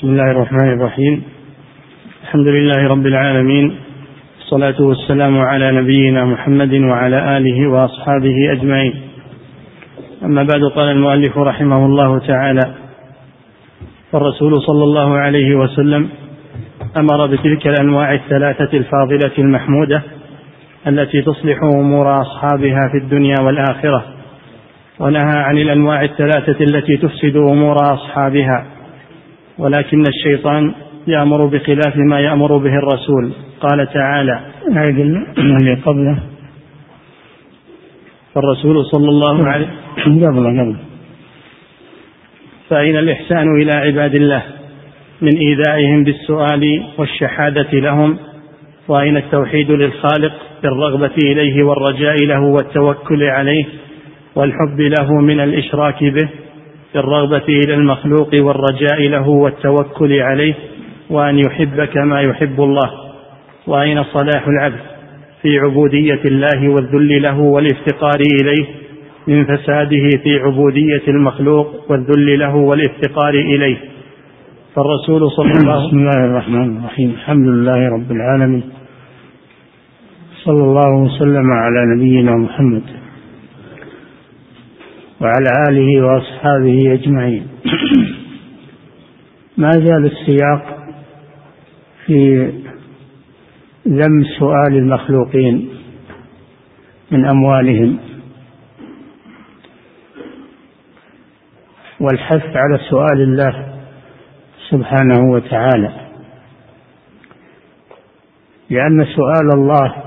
بسم الله الرحمن الرحيم. الحمد لله رب العالمين، الصلاة والسلام على نبينا محمد وعلى آله وأصحابه أجمعين. أما بعد، قال المؤلف رحمه الله تعالى: فالرسول صلى الله عليه وسلم أمر بتلك الأنواع الثلاثة الفاضلة المحمودة التي تصلح أمور أصحابها في الدنيا والآخرة، ونهى عن الأنواع الثلاثة التي تفسد أمور أصحابها، ولكن الشيطان يأمر بخلاف ما يأمر به الرسول. قال تعالى: اللي قبله فالرسول صلى الله عليه قبل فأين الإحسان إلى عباد الله من إيذائهم بالسؤال والشحادة لهم؟ وأين التوحيد للخالق بالرغبة إليه والرجاء له والتوكل عليه والحب له من الإشراك به بالرغبة إلى المخلوق والرجاء له والتوكل عليه، وأن يحب كما يحب الله؟ وأين صلاح العبد في عبودية الله والذل له والافتقار إليه من فساده في عبودية المخلوق والذل له والافتقار إليه؟ فالرسول صلى الله بسم الله الرحمن الرحيم. الحمد لله رب العالمين، صلى الله وسلم على نبينا محمد وعلى آله وأصحابه أجمعين. ما زال السياق في ذم سؤال المخلوقين من أموالهم والحث على سؤال الله سبحانه وتعالى، لأن سؤال الله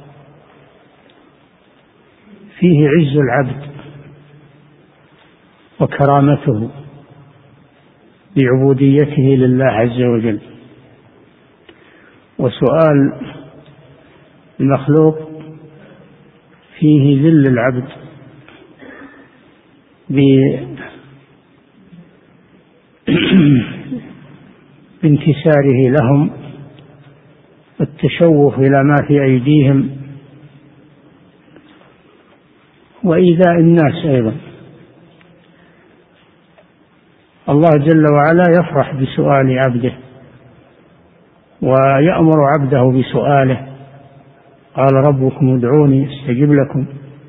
فيه عز العبد وكرامته بعبوديته لله عز وجل، وسؤال المخلوق فيه ذل العبد بانكساره لهم والتشوف إلى ما في أيديهم وإيذاء الناس أيضا. الله جل وعلا يفرح بسؤال عبده ويأمر عبده بسؤاله. قال: ربكم ادعوني استجب لكم،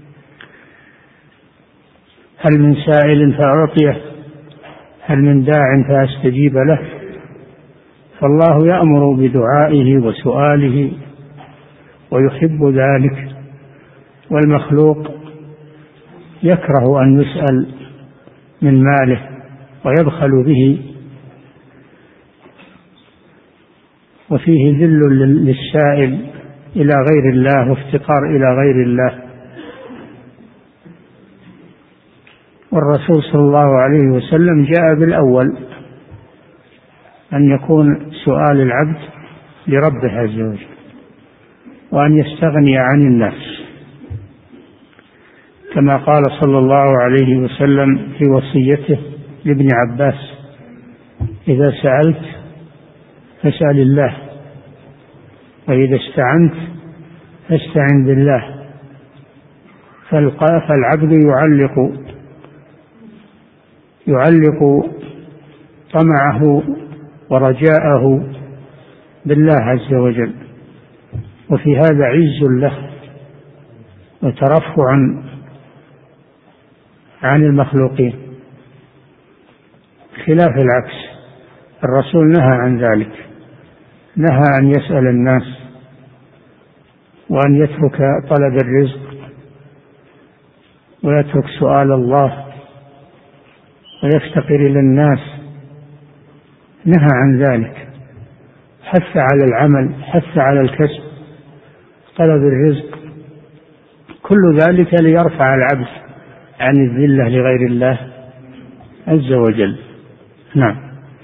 هل من سائل فأعطيه، هل من داع فأستجيب له. فالله يأمر بدعائه وسؤاله ويحب ذلك، والمخلوق يكره أن يسأل من ماله ويبخل به، وفيه ذل للسائل إلى غير الله وافتقار إلى غير الله. والرسول صلى الله عليه وسلم جاء بالأول، أن يكون سؤال العبد لربه عز وجل، وأن يستغني عن الناس، كما قال صلى الله عليه وسلم في وصيته لابن عباس: إذا سألت فاسأل الله، وإذا استعنت فاستعن بالله. فالعبد يعلق طمعه ورجاءه بالله عز وجل، وفي هذا عز له وترفع عن المخلوقين، خلاف العكس. الرسول نهى عن ذلك، نهى أن يسأل الناس وأن يترك طلب الرزق ويترك سؤال الله ويفتقر إلى الناس، نهى عن ذلك، حث على العمل، حث على الكسب، طلب الرزق، كل ذلك ليرفع العبد عن الذلة لغير الله عز وجل. نعم.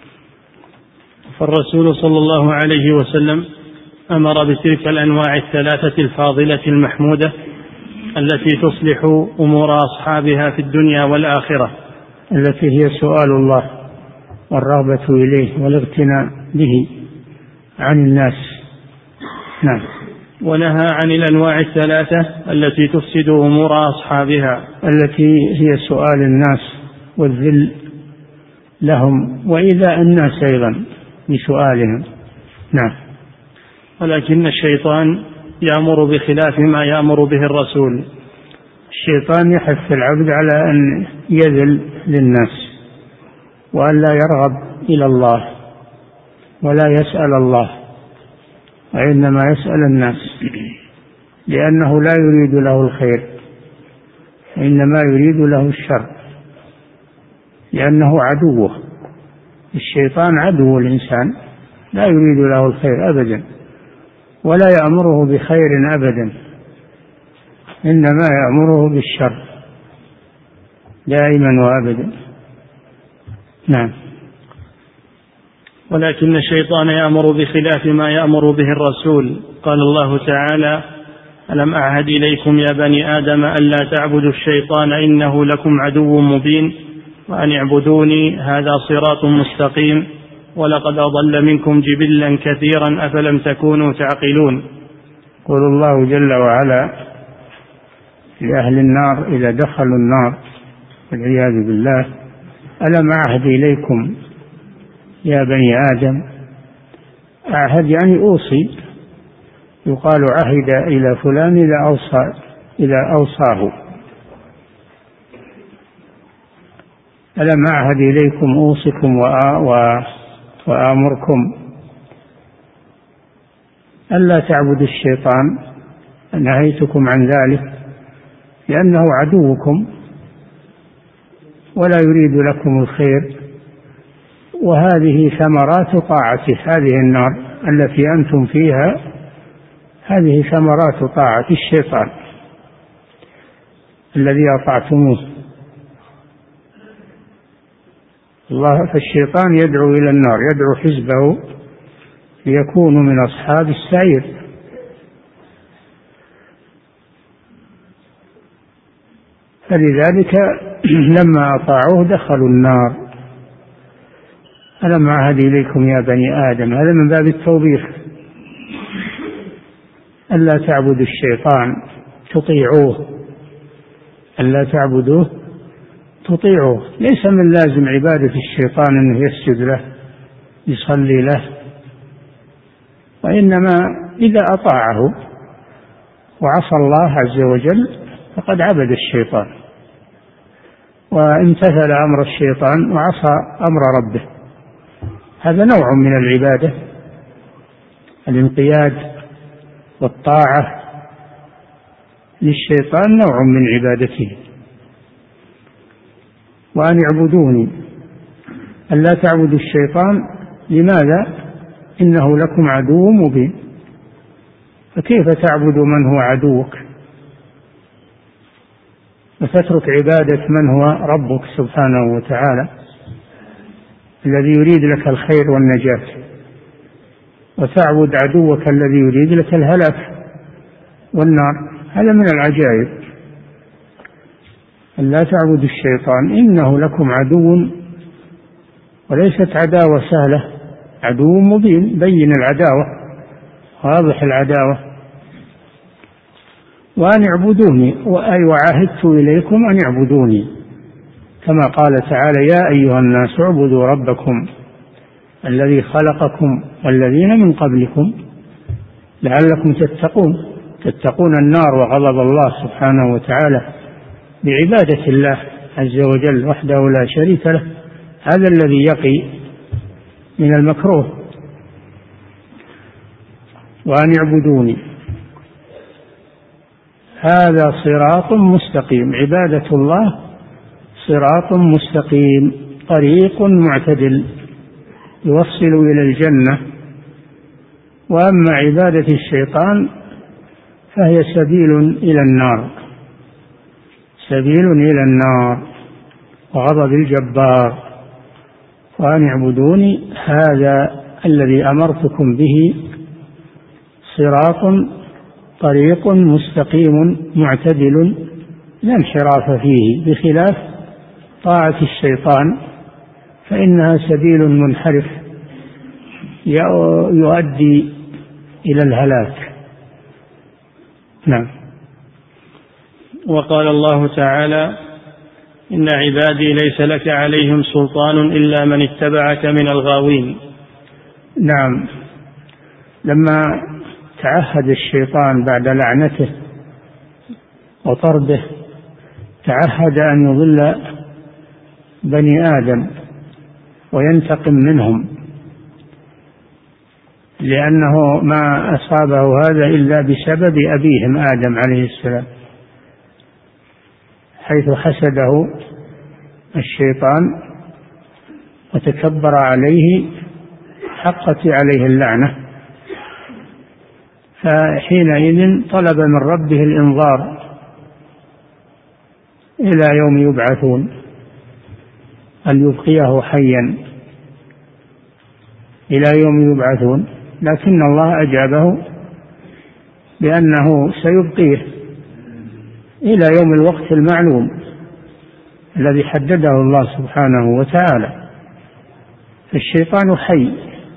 فالرسول صلى الله عليه وسلم أمر بتلك الأنواع الثلاثة الفاضلة المحمودة التي تصلح أمور أصحابها في الدنيا والآخرة، التي هي سؤال الله والرغبة إليه والاغتناء به عن الناس. نعم. ونهى عن الأنواع الثلاثة التي تفسد أمور أصحابها، التي هي سؤال الناس والذل لهم وإيذاء الناس أيضا بسؤالهم. نعم. ولكن الشيطان يأمر بخلاف ما يأمر به الرسول. الشيطان يحث العبد على أن يذل للناس وأن لا يرغب إلى الله ولا يسأل الله، وإنما يسأل الناس، لأنه لا يريد له الخير، إنما يريد له الشر، لأنه عدوه. الشيطان عدو الإنسان، لا يريد له الخير أبدا ولا يأمره بخير أبدا، إنما يأمره بالشر دائما وأبدا. نعم. ولكن الشيطان يأمر بخلاف ما يأمر به الرسول. قال الله تعالى: ألم أعهد إليكم يا بني آدم ألا تعبدوا الشيطان إنه لكم عدو مبين وأن اعبدوني هذا صراط مستقيم ولقد أضل منكم جبلا كثيرا أفلم تكونوا تعقلون. قول الله جل وعلا لأهل النار إذا دخلوا النار والعياذ بالله: ألم أعهد إليكم يا بني آدم. أعهد يعني أوصي، يقال عهد إلى فلان إذا أوصاه. ألم أعهد إليكم أوصكم وآمركم ألا تعبدوا الشيطان، نهيتكم عن ذلك لأنه عدوكم ولا يريد لكم الخير، وهذه ثمرات طاعته. هذه النار التي أنتم فيها هذه ثمرات طاعة الشيطان الذي أطعتموه. فالشيطان يدعو إلى النار، يدعو حزبه ليكونوا من أصحاب السعير. فلذلك لما أطاعوه دخلوا النار. ألم أعهد إليكم يا بني آدم، هذا من باب التوبيخ، ألا تعبدوا الشيطان تطيعوه، ألا تعبدوه تطيعوه. ليس من لازم عبادة الشيطان أنه يسجد له يصلي له، وإنما إذا أطاعه وعصى الله عز وجل فقد عبد الشيطان وامتثل أمر الشيطان وعصى أمر ربه. هذا نوع من العبادة، الانقياد والطاعة للشيطان نوع من عبادته. وأن اعبدوني ألا تعبدوا الشيطان، لماذا؟ إنه لكم عدو مبين. فكيف تعبد من هو عدوك وتترك عبادة من هو ربك سبحانه وتعالى الذي يريد لك الخير والنجاة، وتعبد عدوك الذي يريد لك الهلاك والنار؟ هذا من العجائب. ألا تعبدوا الشيطان إنه لكم عدو، وليست عداوة سهلة، عدو مبين بين العداوة، واضح العداوة. وأن اعبدوني، أي وعاهدت إليكم أن اعبدوني، كما قال تعالى: يا أيها الناس اعبدوا ربكم الذي خلقكم والذين من قبلكم لعلكم تتقون النار وغضب الله سبحانه وتعالى بعبادة الله عز وجل وحده لا شريك له. هذا الذي يقي من المكروه. وأن اعبدوني هذا صراط مستقيم. عبادة الله صراط مستقيم، طريق معتدل يوصل إلى الجنة. وأما عبادة الشيطان فهي سبيل إلى النار، سبيل إلى النار وغضب الجبار. وأن اعبدوني هذا الذي أمرتكم به صراط طريق مستقيم معتدل لا انحراف فيه، بخلاف طاعة الشيطان فإنها سبيل منحرف يؤدي إلى الهلاك. نعم. وقال الله تعالى: إن عبادي ليس لك عليهم سلطان إلا من اتبعك من الغاوين. نعم، لما تعهد الشيطان بعد لعنته وطرده تعهد أن يضل بني آدم وينتقم منهم، لأنه ما أصابه هذا إلا بسبب أبيهم آدم عليه السلام، حيث حسده الشيطان وتكبر عليه حقت عليه اللعنة، فحينئذ طلب من ربه الإنظار إلى يوم يبعثون أن يبقيه حيا إلى يوم يبعثون، لكن الله أجابه بأنه سيبقيه إلى يوم الوقت المعلوم الذي حدده الله سبحانه وتعالى. فالشيطان حي.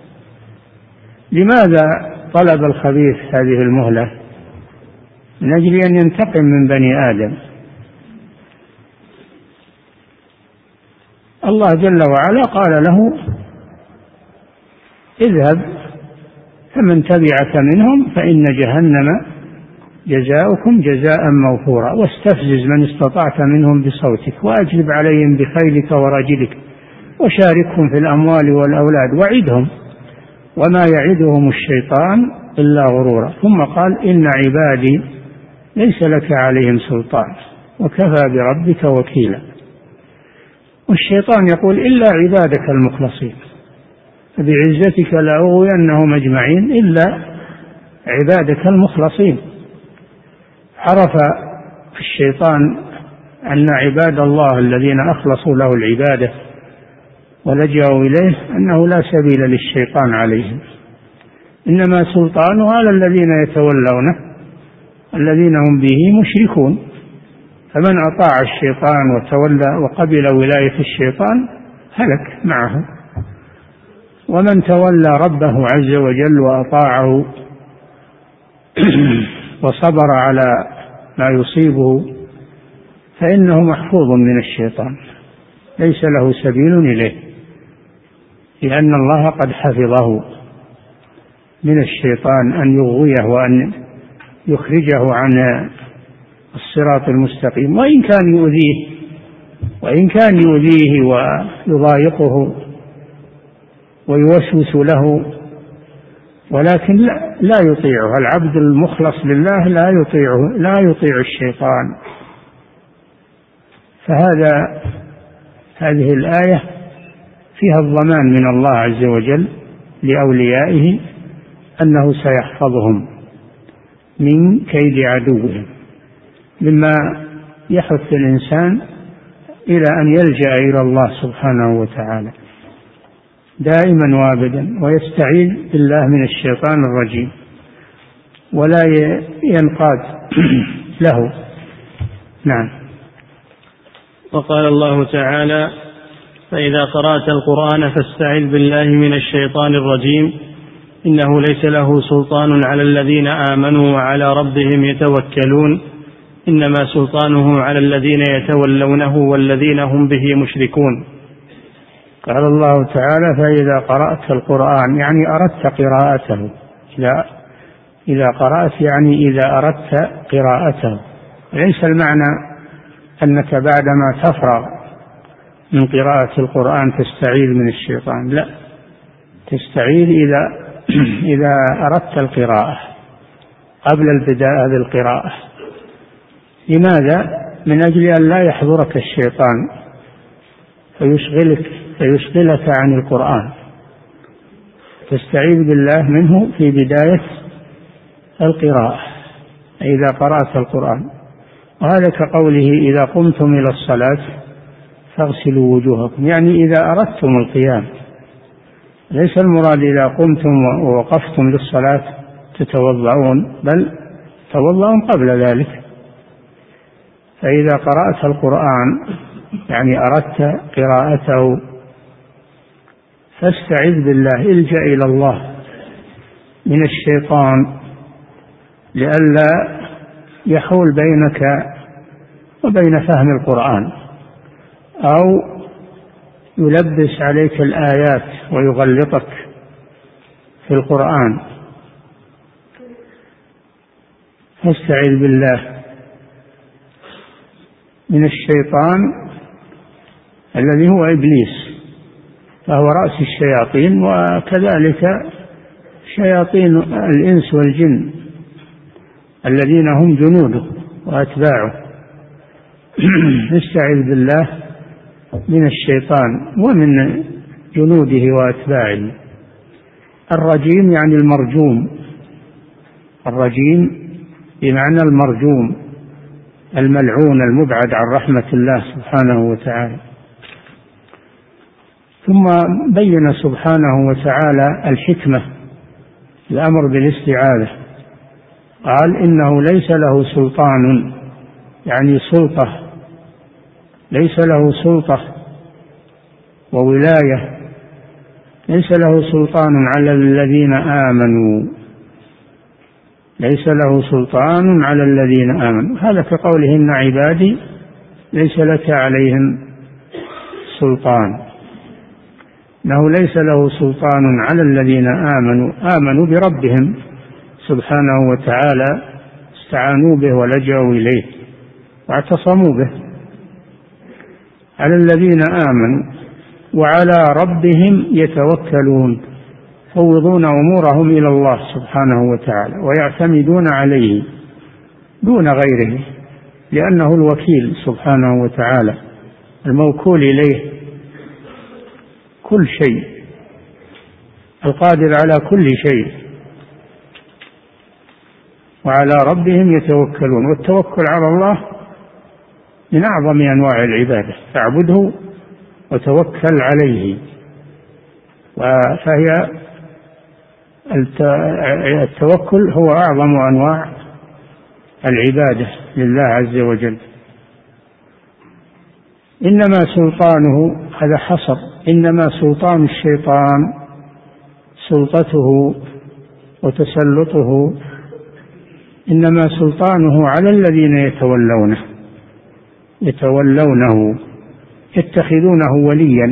لماذا طلب الخبيث هذه المهلة؟ من أجل أن ينتقم من بني آدم. الله جل وعلا قال له اذهب فمن تبعك منهم فإن جهنم جزاؤكم جزاء موفورا واستفزز من استطعت منهم بصوتك وأجلب عليهم بخيلك ورجلك وشاركهم في الأموال والأولاد وعدهم وما يعدهم الشيطان إلا غرورا. ثم قال إن عبادي ليس لك عليهم سلطان وكفى بربك وكيلا. والشيطان يقول إلا عبادك المخلصين فبعزتك لأغوينهم أجمعين إلا عبادك المخلصين. عرف الشيطان أن عباد الله الذين أخلصوا له العبادة ولجأوا إليه أنه لا سبيل للشيطان عليهم، إنما سلطانه على الذين يتولونه الذين هم به مشركون. فمن أطاع الشيطان وتولى وقبل ولاية الشيطان هلك معه، ومن تولى ربه عز وجل وأطاعه وصبر على ما يصيبه فإنه محفوظ من الشيطان ليس له سبيل إليه، لأن الله قد حفظه من الشيطان أن يغويه وأن يخرجه عن الصراط المستقيم، وإن كان يؤذيه ويضايقه ويوسوس له، ولكن لا يطيعه. العبد المخلص لله لا يطيع الشيطان. هذه الآية فيها الضمان من الله عز وجل لأوليائه أنه سيحفظهم من كيد عدوهم، مما يحث الإنسان إلى أن يلجأ إلى الله سبحانه وتعالى دائما وابدا ويستعيذ بالله من الشيطان الرجيم ولا ينقاد له. نعم. وقال الله تعالى فإذا قرأت القرآن فاستعذ بالله من الشيطان الرجيم إنه ليس له سلطان على الذين آمنوا وعلى ربهم يتوكلون إنما سلطانه على الذين يتولونه والذين هم به مشركون. قال الله تعالى فإذا قرأت القرآن يعني أردت قراءته، إذا قرأت يعني إذا أردت قراءته، ليس المعنى أنك بعدما تفرغ من قراءة القرآن تستعيذ من الشيطان، لا، تستعيذ إذا أردت القراءة قبل البداية بالقراءة. لماذا؟ من أجل أن لا يحضرك الشيطان فيشغلك عن القرآن، تستعيذ بالله منه في بداية القراءة إذا قرأت القرآن. وهذا كقوله إذا قمتم إلى الصلاة فاغسلوا وجوهكم، يعني إذا أردتم القيام، ليس المراد إذا قمتم ووقفتم للصلاة تتوضعون، بل توضعون قبل ذلك. فإذا قرأت القرآن يعني أردت قراءته فاستعذ بالله، الجأ إلى الله من الشيطان لئلا يحول بينك وبين فهم القرآن أو يلبس عليك الآيات ويغلطك في القرآن. فاستعذ بالله من الشيطان الذي هو إبليس، فهو رأس الشياطين، وكذلك شياطين الإنس والجن الذين هم جنوده وأتباعه. استعذ بالله من الشيطان ومن جنوده وأتباعه. الرجيم يعني المرجوم، الرجيم بمعنى المرجوم الملعون المبعد عن رحمة الله سبحانه وتعالى. ثم بين سبحانه وتعالى الحكمة الأمر بالاستعاذة، قال إنه ليس له سلطان، يعني سلطة، ليس له سلطة وولاية، ليس له سلطان على الذين آمنوا، ليس له سلطان على الذين آمنوا. هذا كقولهن عبادي ليس لك عليهم سلطان، إنه ليس له سلطان على الذين آمنوا بربهم سبحانه وتعالى، استعانوا به ولجأوا إليه واعتصموا به، على الذين آمنوا وعلى ربهم يتوكلون، يفوضون أمورهم إلى الله سبحانه وتعالى ويعتمدون عليه دون غيره، لأنه الوكيل سبحانه وتعالى الموكول إليه كل شيء، القادر على كل شيء، وعلى ربهم يتوكلون. والتوكل على الله من أعظم أنواع العبادة، فاعبده وتوكل عليه. فهي التوكل هو أعظم أنواع العبادة لله عز وجل. إنما سلطانه، هذا حصر، إنما سلطان الشيطان سلطته وتسلطه، إنما سلطانه على الذين يتولونه يتخذونه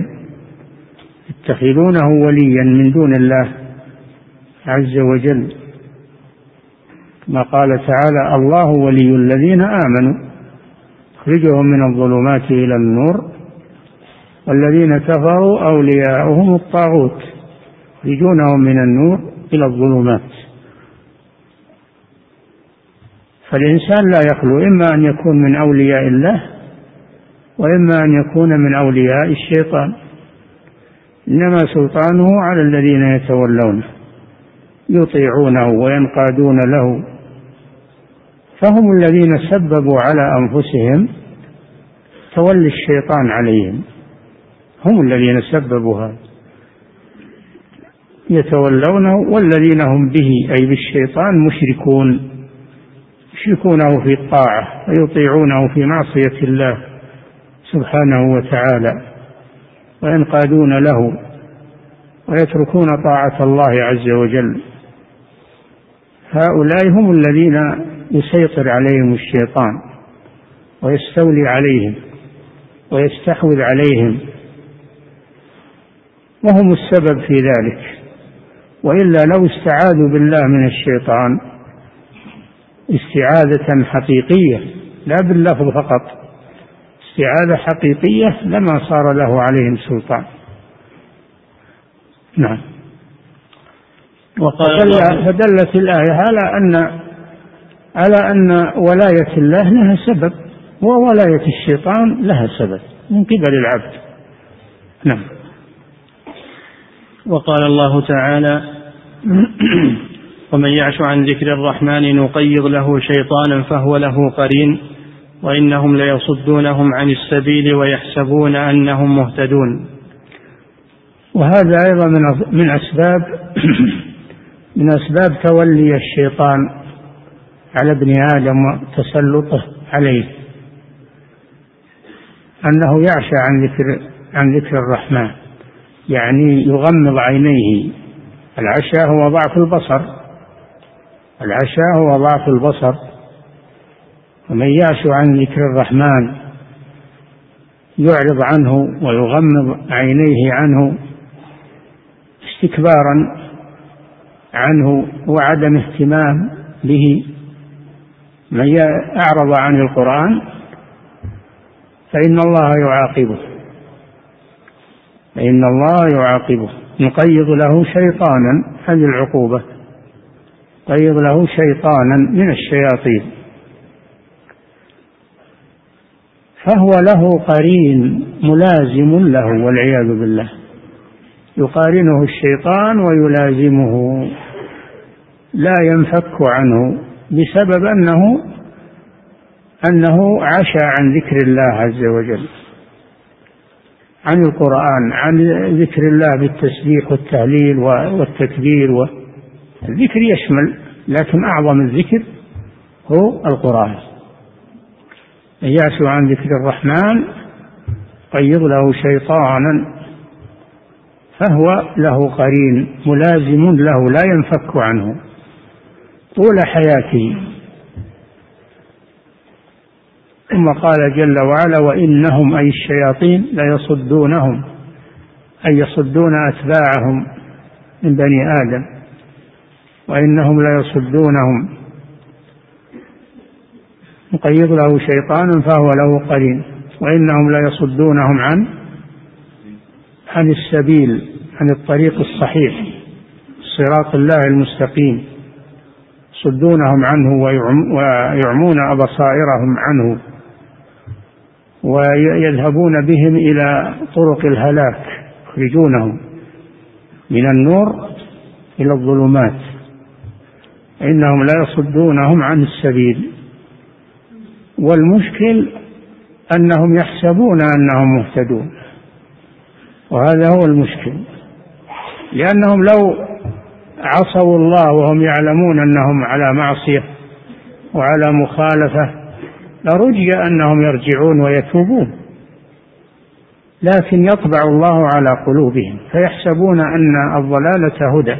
وليا من دون الله عز وجل، ما قال تعالى: الله ولي الذين آمنوا يخرجهم من الظلمات إلى النور والذين كفروا أولياؤهم الطاغوت يخرجونهم من النور إلى الظلمات. فالإنسان لا يخلو، إما أن يكون من أولياء الله وإما أن يكون من أولياء الشيطان. إنما سلطانه على الذين يتولونه يطيعونه وينقادون له، فهم الذين سببوا على أنفسهم تولي الشيطان عليهم، هم الذين سببوا هذا، يتولونه والذين هم به أي بالشيطان يشركونه في الطاعة ويطيعونه في معصية الله سبحانه وتعالى، وينقادون له ويتركون طاعة الله عز وجل. هؤلاء هم الذين يسيطر عليهم الشيطان ويستولي عليهم ويستحوذ عليهم، وهم السبب في ذلك. وإلا لو استعاذوا بالله من الشيطان استعاذة حقيقية لا باللفظ فقط، استعاذة حقيقية، لما صار له عليهم سلطان. نعم. فدلت الآية على أن ولاية الله لها سبب، وولاية الشيطان لها سبب من قبل العبد. نعم. وقال الله تعالى: ومن يعش عن ذكر الرحمن نقيض له شيطانا فهو له قرين وإنهم ليصدونهم عن السبيل ويحسبون أنهم مهتدون. وهذا أيضا من أسباب تولي الشيطان على ابن آدم وتسلطه عليه، أنه يعشى عن ذكر الرحمن، يعني يغمض عينيه. العشاء هو ضعف البصر، ومن يعش عن ذكر الرحمن يعرض عنه ويغمض عينيه عنه استكبارا عنه وعدم اهتمام به. من أعرض عن القرآن فإن الله يعاقبه نقيض له شيطانا، هذه العقوبة، نقيض له شيطانا من الشياطين فهو له قرين ملازم له والعياذ بالله، يقارنه الشيطان ويلازمه لا ينفك عنه بسبب أنه عشى عن ذكر الله عز وجل، عن القرآن، عن ذكر الله بالتسبيح والتهليل والتكبير. والذكر يشمل، لكن أعظم الذكر هو القرآن. يعشو عن ذكر الرحمن قيض له شيطانا فهو له قرين ملازم له لا ينفك عنه طول حياته. ثم قال جل وعلا: وإنهم أي الشياطين ليصدونهم، أي يصدون أتباعهم من بني آدم، وإنهم ليصدونهم، نقيض له شيطانا فهو له قرين، وإنهم ليصدونهم عن السبيل، عن الطريق الصحيح، صراط الله المستقيم، يصدونهم عنه ويعمون أبصائرهم عنه، ويذهبون بهم إلى طرق الهلاك، يخرجونهم من النور إلى الظلمات. إنهم لا يصدونهم عن السبيل، والمشكل أنهم يحسبون أنهم مهتدون، وهذا هو المشكل، لأنهم لو عصوا الله وهم يعلمون أنهم على معصية وعلى مخالفة لرجي أنهم يرجعون ويتوبون، لكن يطبع الله على قلوبهم فيحسبون أن الضلالة هدى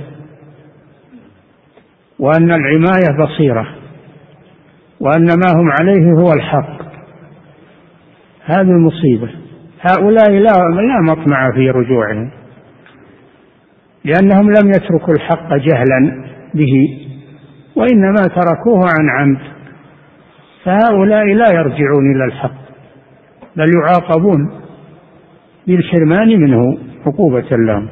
وأن العماية بصيرة وأن ما هم عليه هو الحق. هذه المصيبة. هؤلاء لا مطمع في رجوعهم، لأنهم لم يتركوا الحق جهلا به، وإنما تركوه عن عمد، فهؤلاء لا يرجعون إلى الحق، بل يعاقبون بالحرمان منه عقوبة لهم.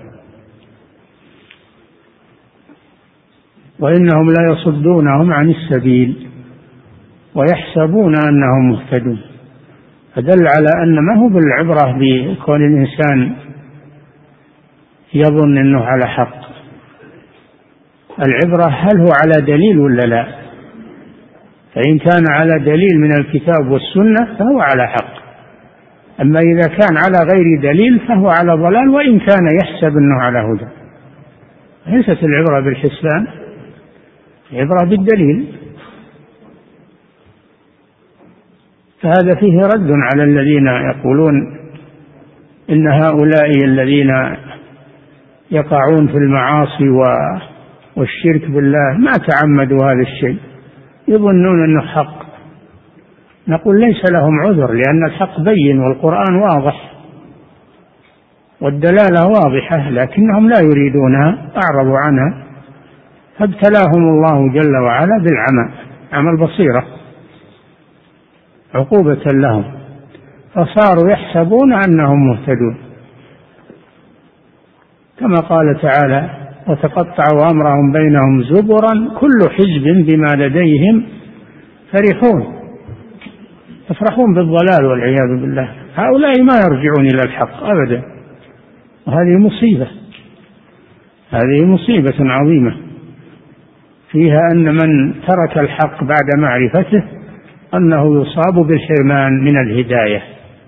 وإنهم لا يصدونهم عن السبيل ويحسبون أنهم مهتدون، فدل على أن ما هو بالعبرة بكون الإنسان يظن أنه على حق، العبرة هل هو على دليل ولا لا. فإن كان على دليل من الكتاب والسنة فهو على حق، أما إذا كان على غير دليل فهو على ضلال، وإن كان يحسب أنه على هدى. ليست العبرة بالحسبان، العبرة بالدليل. فهذا فيه رد على الذين يقولون إن هؤلاء الذين يقعون في المعاصي والشرك بالله ما تعمدوا هذا الشيء، يظنون أنه حق. نقول ليس لهم عذر، لأن الحق بين والقرآن واضح والدلالة واضحة، لكنهم لا يريدونها، أعرضوا عنها، فابتلاهم الله جل وعلا بالعمى، عمى البصيرة، عقوبة لهم، فصاروا يحسبون أنهم مهتدون، كما قال تعالى: وتقطعوا أمرهم بينهم زبرا كل حزب بما لديهم فرحون. يفرحون بالضلال والعياذ بالله. هؤلاء ما يرجعون إلى الحق أبدا، وهذه مصيبة، هذه مصيبة عظيمة فيها أن من ترك الحق بعد معرفته أنه يصاب بالحرمان من الهداية،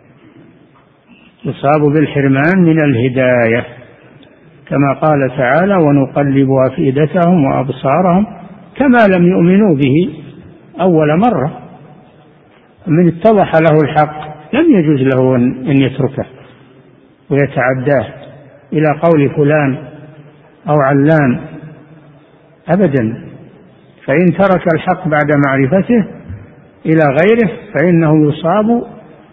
يصاب بالحرمان من الهداية، كما قال تعالى: ونقلب أفئدتهم وأبصارهم كما لم يؤمنوا به أول مرة. من اتضح له الحق لم يجوز له أن يتركه ويتعداه إلى قول فلان أو علان أبدا. فإن ترك الحق بعد معرفته إلى غيره فإنه يصاب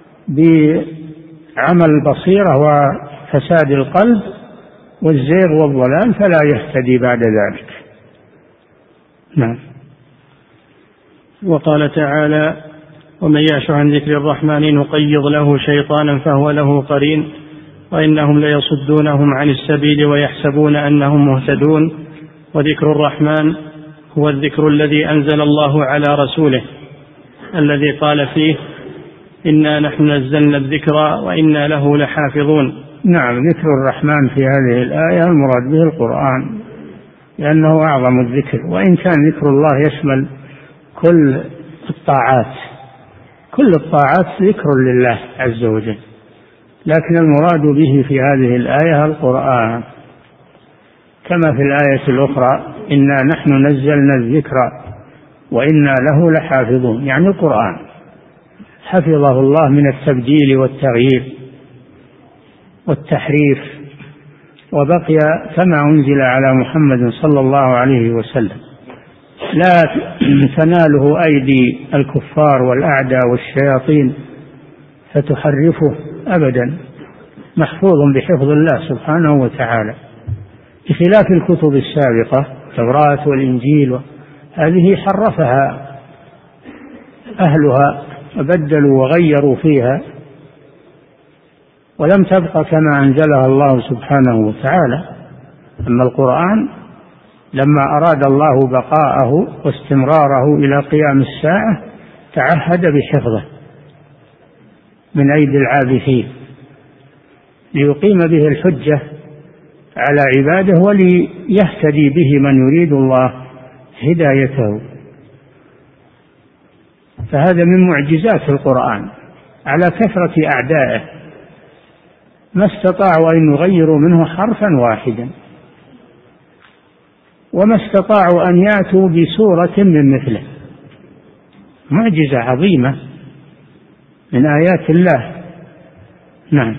بعمى البصيرة وفساد القلب والزيغ والضلال، فلا يهتدي بعد ذلك. نعم. وقال تعالى: ومن يعش عن ذكر الرحمن نقيض له شيطانا فهو له قرين وإنهم ليصدونهم عن السبيل ويحسبون أنهم مهتدون. وذكر الرحمن هو الذكر الذي أنزل الله على رسوله الذي قال فيه: إنا نحن نزلنا الذكر وإنا له لحافظون. نعم، ذكر الرحمن في هذه الآية المراد به القرآن، لأنه أعظم الذكر، وإن كان ذكر الله يشمل كل الطاعات، كل الطاعات ذكر لله عز وجل، لكن المراد به في هذه الآية القرآن، كما في الآية الأخرى: إنا نحن نزلنا الذكر وإنا له لحافظون، يعني القرآن حفظه الله من التبديل والتغيير والتحريف، وبقي كما أنزل على محمد صلى الله عليه وسلم، لا تناله أيدي الكفار والأعداء والشياطين فتحرفه أبدا، محفوظ بحفظ الله سبحانه وتعالى، بخلاف الكتب السابقة التوراة والإنجيل، هذه حرفها أهلها وبدلوا وغيروا فيها ولم تبق كما أنزلها الله سبحانه وتعالى. أما القرآن لما أراد الله بقاءه واستمراره إلى قيام الساعة تعهد بحفظه من أيدي العابثين ليقيم به الحجة على عباده وليهتدي به من يريد الله هدايته. فهذا من معجزات القرآن على كثرة أعدائه، ما استطاعوا أن يغيروا منه حرفا واحدا، وما استطاعوا أن يأتوا بسورة من مثله، معجزة عظيمة من آيات الله. نعم.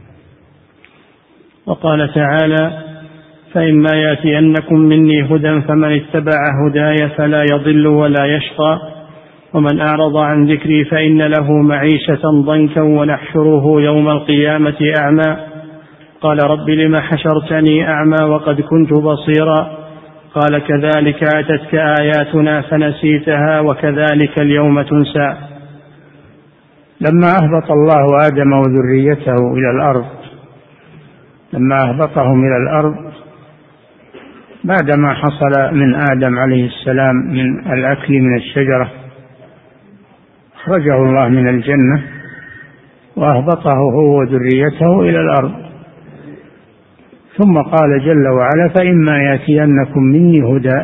وقال تعالى: فإما يأتينكم مني هدى فمن اتبع هداي فلا يضل ولا يشقى ومن أعرض عن ذكري فإن له معيشة ضنكا ونحشره يوم القيامة أعمى قال رب لم حشرتني أعمى وقد كنت بصيرا قال كذلك أتتك آياتنا فنسيتها وكذلك اليوم تنسى. لما أهبط الله آدم وذريته إلى الأرض، لما أهبطهم إلى الأرض بعدما حصل من آدم عليه السلام من الأكل من الشجرة، أخرجه الله من الجنة وأهبطه هو وذريته إلى الأرض، ثم قال جل وعلا: فإما يأتينكم مني هدى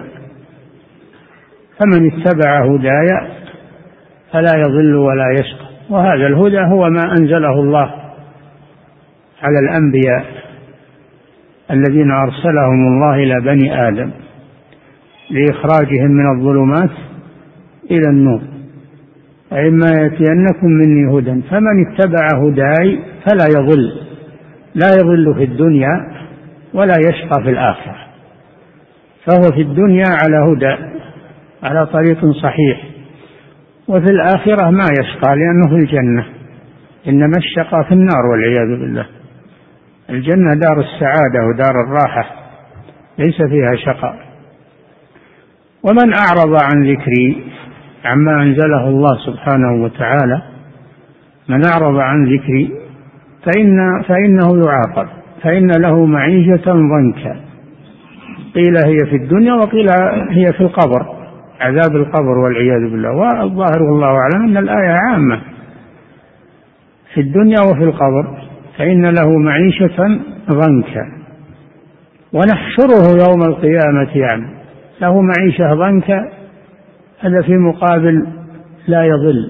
فمن اتبع هداي فلا يضل ولا يشقى. وهذا الهدى هو ما أنزله الله على الأنبياء الذين أرسلهم الله إلى بني آدم لإخراجهم من الظلمات إلى النور. فإما يأتينكم مني هدى فمن اتبع هداي فلا يضل، لا يضل في الدنيا ولا يشقى في الآخرة، فهو في الدنيا على هدى على طريق صحيح، وفي الآخرة ما يشقى لأنه في الجنة، إنما الشقى في النار والعياذ بالله. الجنة دار السعادة ودار الراحة ليس فيها شقاء. ومن أعرض عن ذكري عما أنزله الله سبحانه وتعالى، من أعرض عن ذكري فإنه يعاقب، فإن له معيشة ضنكا، قيل هي في الدنيا وقيل هي في القبر، عذاب القبر والعياذ بالله. والظاهر والله أعلم أن الآية عامة في الدنيا وفي القبر. فإن له معيشة ضنكا ونحشره يوم القيامة يعني له معيشة ضنكا، هذا في مقابل لا يضل،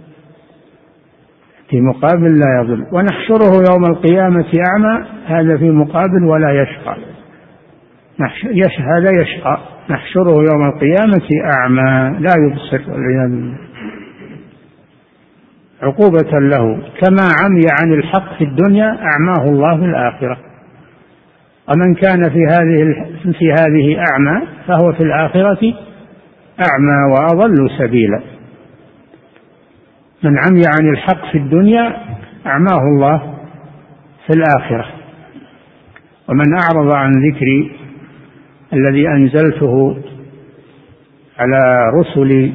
في مقابل لا يضل. ونحشره يوم القيامة أعمى، هذا في مقابل ولا يشقى، هذا يشقى. نحشره يوم القيامة أعمى لا يبصر والعياذ بالله، عقوبة له، كما عمي عن الحق في الدنيا أعماه الله في الآخرة. ومن كان في هذه أعمى فهو في الآخرة أعمى وأضل سبيلا. من عمي عن الحق في الدنيا أعماه الله في الآخرة. ومن أعرض عن ذكري الذي أنزلته على رسلي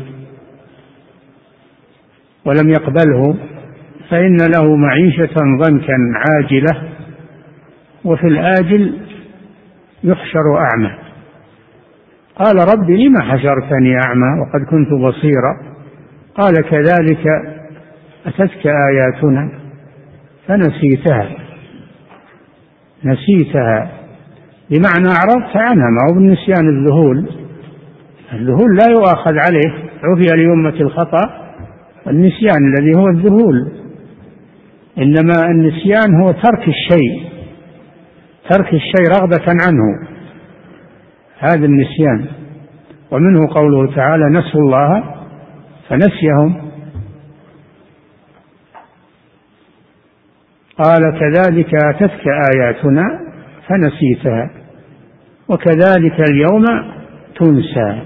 ولم يقبله فإن له معيشة ضنكا عاجلة وفي الآجل يحشر أعمى. قال رب لم حشرتني أعمى وقد كنت بصيرا؟ قال كذلك أتتك آياتنا نسيتها بمعنى أعرضت عنها. ما هو بالنسيان الذهول لا يؤاخذ عليه، عفي لأمة الخطأ والنسيان الذي هو الذهول، إنما النسيان هو ترك الشيء رغبة عنه، هذا النسيان. ومنه قوله تعالى نسوا الله فنسيهم. قال كذلك أتتك آياتنا فنسيتها وكذلك اليوم تنسى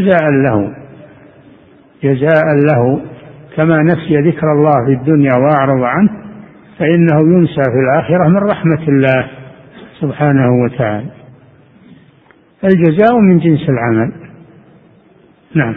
جزاء له كما نسي ذكر الله في الدنيا وأعرض عنه فإنه ينسى في الآخرة من رحمة الله سبحانه وتعالى. الجزاء من جنس العمل. نعم.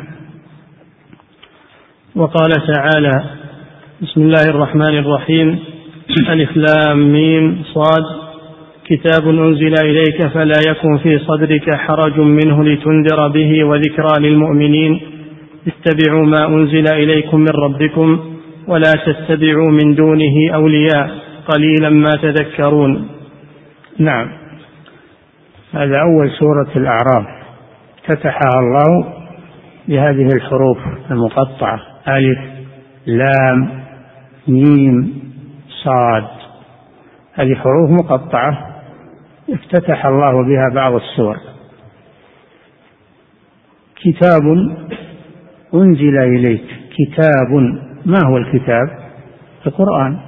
وقال تعالى بسم الله الرحمن الرحيم ألف لام ميم صاد كتاب أنزل إليك فلا يكن في صدرك حرج منه لتنذر به وذكرى للمؤمنين اتبعوا ما أنزل إليكم من ربكم ولا تتبعوا من دونه أولياء قليلا ما تذكرون. نعم، هذا أول سورة الأعراف فتحها الله بهذه الحروف المقطعة ألف لام ميم صاد، هذه حروف مقطعة افتتح الله بها بعض السور. كتاب أنزل إليك، كتاب، ما هو الكتاب؟ القرآن،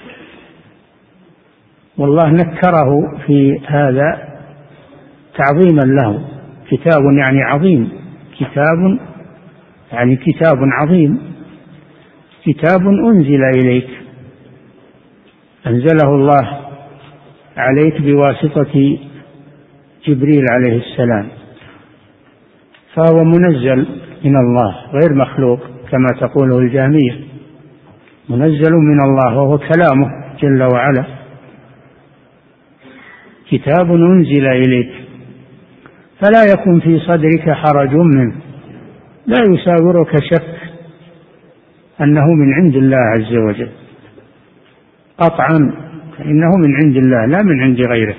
والله نكره في هذا تعظيما له. كتاب يعني عظيم، كتاب يعني كتاب عظيم. كتاب أنزل إليك، أنزله الله عليك بواسطة جبريل عليه السلام، فهو منزل من الله غير مخلوق كما تقوله الجهمية، منزل من الله وهو كلامه جل وعلا. كتاب أنزل إليك فلا يكن في صدرك حرج منه، لا يساورك شك أنه من عند الله عز وجل قطعا، فإنه من عند الله لا من عند غيره.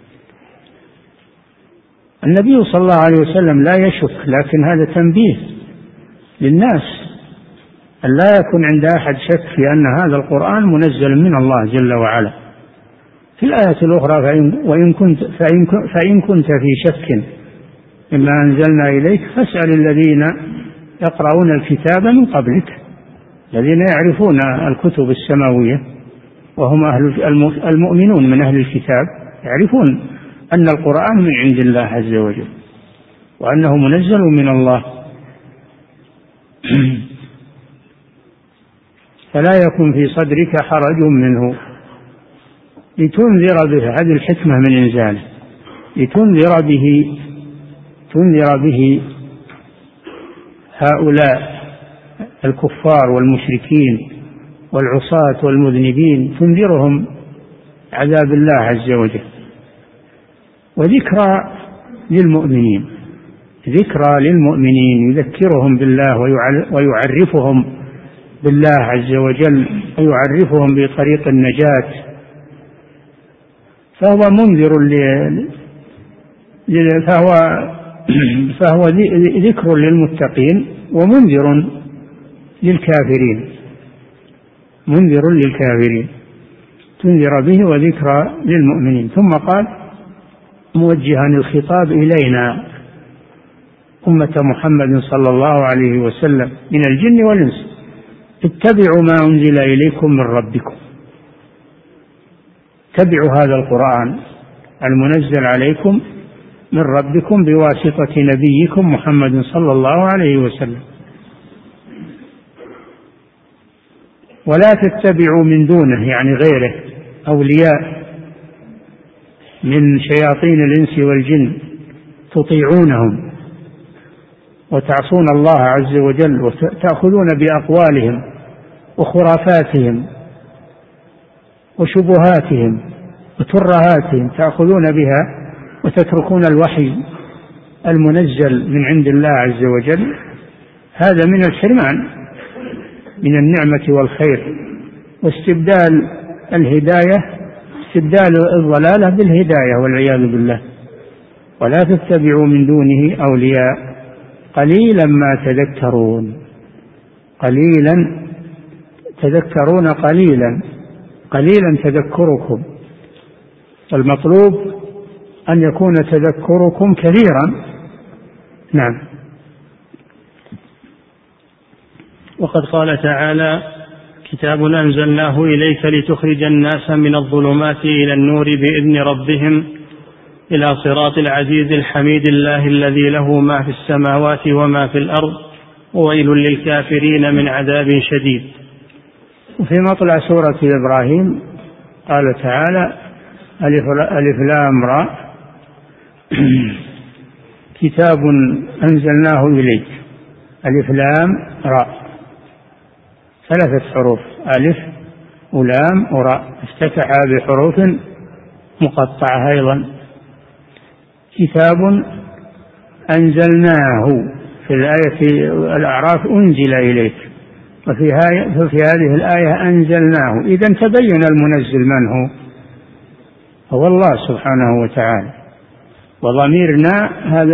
النبي صلى الله عليه وسلم لا يشك، لكن هذا تنبيه للناس أن لا يكون عند أحد شك في أن هذا القرآن منزل من الله جل وعلا. في الآية الأخرى فإن كنت في شك مما أنزلنا إليك فاسأل الذين يقرؤون الكتاب من قبلك، الذين يعرفون الكتب السماوية وهم المؤمنون من أهل الكتاب، يعرفون أن القرآن من عند الله عز وجل وأنه منزل من الله. فلا يكن في صدرك حرج منه لتنذر به، هذه الحكمة من إنزاله، لتنذر به هؤلاء الكفار والمشركين والعصاة والمذنبين، تنذرهم عذاب الله عز وجل. وذكرى للمؤمنين، ذكرى للمؤمنين يذكرهم بالله ويعرفهم بالله عز وجل ويعرفهم بطريق النجاة. فهو منذر فهو ذكر للمتقين ومنذر للكافرين، منذر للكافرين، تنذر به وذكرى للمؤمنين. ثم قال موجها الخطاب إلينا أمة محمد صلى الله عليه وسلم من الجن والإنس اتبعوا ما أنزل إليكم من ربكم، اتبعوا هذا القرآن المنزل عليكم من ربكم بواسطة نبيكم محمد صلى الله عليه وسلم، ولا تتبعوا من دونه يعني غيره أولياء من شياطين الإنس والجن تطيعونهم وتعصون الله عز وجل وتأخذون بأقوالهم وخرافاتهم وشبهاتهم وترهاتهم، تأخذون بها وتتركون الوحي المنزل من عند الله عز وجل، هذا من الحرمان من النعمة والخير، واستبدال الهداية، استبدال الضلالة بالهداية والعياذ بالله. ولا تتبعوا من دونه أولياء قليلا ما تذكرون، قليلا تذكرون، قليلا تذكركم. المطلوب أن يكون تذكركم كثيرا. نعم. وقد قال تعالى: كتاب أنزلناه إليك لتخرج الناس من الظلمات إلى النور بإذن ربهم إلى صراط العزيز الحميد الله الذي له ما في السماوات وما في الأرض وويل للكافرين من عذاب شديد. وفي مطلع سورة إبراهيم قال تعالى: ألف لام را كتاب أنزلناه إليك. ألف لام را، 3 حروف، ألف ولام وراء، افتتحها بحروف مقطعة أيضا. كتاب أنزلناه، في الآية في الأعراف أنزل إليك، وفي هذه الآية أنزلناه. إذن تبين المنزل من هو الله سبحانه وتعالى. وضميرنا هذا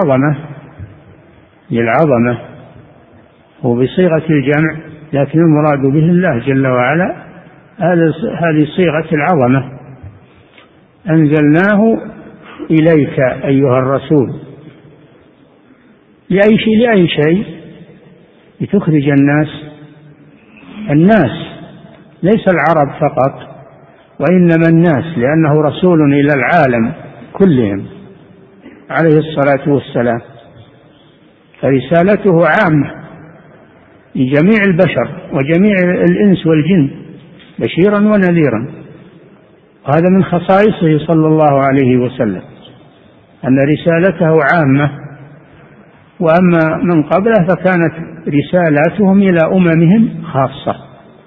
للعظمة هو بصيغة الجمع، لكن المراد به الله جل وعلا، هذه صيغة العظمة. أنزلناه إليك أيها الرسول، لأي شيء؟ لتخرج الناس، ليس العرب فقط، وإنما الناس، لأنه رسول إلى العالم كلهم عليه الصلاة والسلام، فرسالته عامة لجميع البشر وجميع الإنس والجن، بشيرا ونذيرا. وهذا من خصائصه صلى الله عليه وسلم، أن رسالته عامة. وأما من قبله فكانت رسالاتهم إلى أممهم خاصة.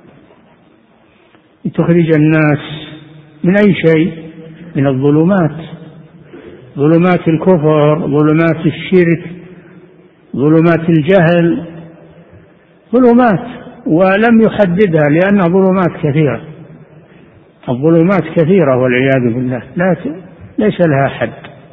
لتخرج الناس من أي شيء؟ من الظلمات، ظلمات الكفر، ظلمات الشرك، ظلمات الجهل، ظلمات، ولم يحددها لأن ظلمات كثيرة، الظلمات كثيرة والعياذ بالله، ليس لها حد.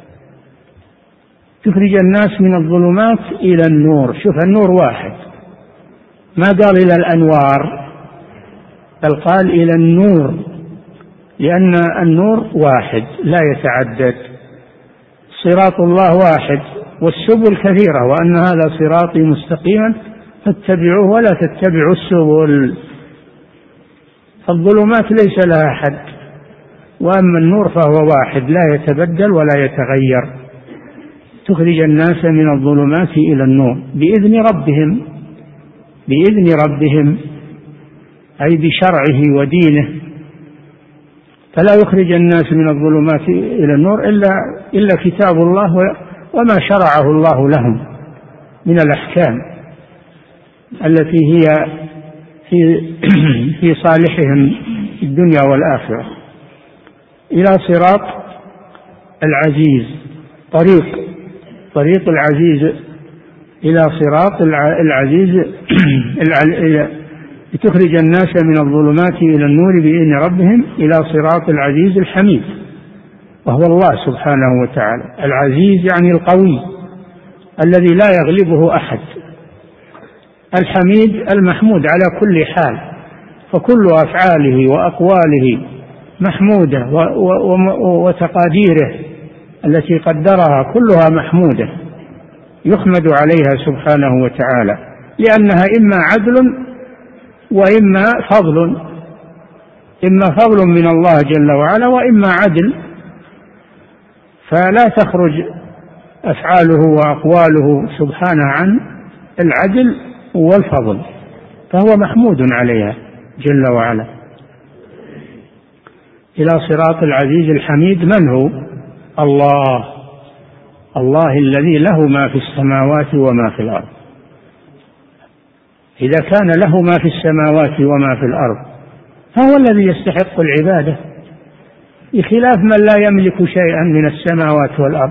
تخرج الناس من الظلمات إلى النور. شوف، النور واحد، ما قال إلى الأنوار، بل قال إلى النور، لأن النور واحد لا يتعدد. صراط الله واحد والسبل كثيرة، وأن هذا صراطي مستقيما فاتبعوه ولا تتبعوا السبل. فالظلمات ليس لها حد، وأما النور فهو واحد لا يتبدل ولا يتغير. تخرج الناس من الظلمات إلى النور بإذن ربهم أي بشرعه ودينه. فلا يخرج الناس من الظلمات إلى النور إلا كتاب الله وما شرعه الله لهم من الأحكام التي هي في صالحهم في الدنيا والآخرة، إلى صراط العزيز، طريق العزيز، إلى صراط العزيز لتخرج الناس من الظلمات إلى النور بإذن ربهم إلى صراط العزيز الحميد، وهو الله سبحانه وتعالى. العزيز يعني القوي الذي لا يغلبه أحد، الحميد المحمود على كل حال، فكل أفعاله وأقواله محمودة، وتقاديره التي قدرها كلها محمودة يحمد عليها سبحانه وتعالى، لأنها إما عدل وإما فضل، إما فضل من الله جل وعلا وإما عدل، فلا تخرج أفعاله وأقواله سبحانه عن العدل والفضل، فهو محمود عليها جل وعلا. إلى صراط العزيز الحميد من هو؟ الله، الله الذي له ما في السماوات وما في الأرض. إذا كان له ما في السماوات وما في الأرض فهو الذي يستحق العبادة، بخلاف من لا يملك شيئا من السماوات والأرض،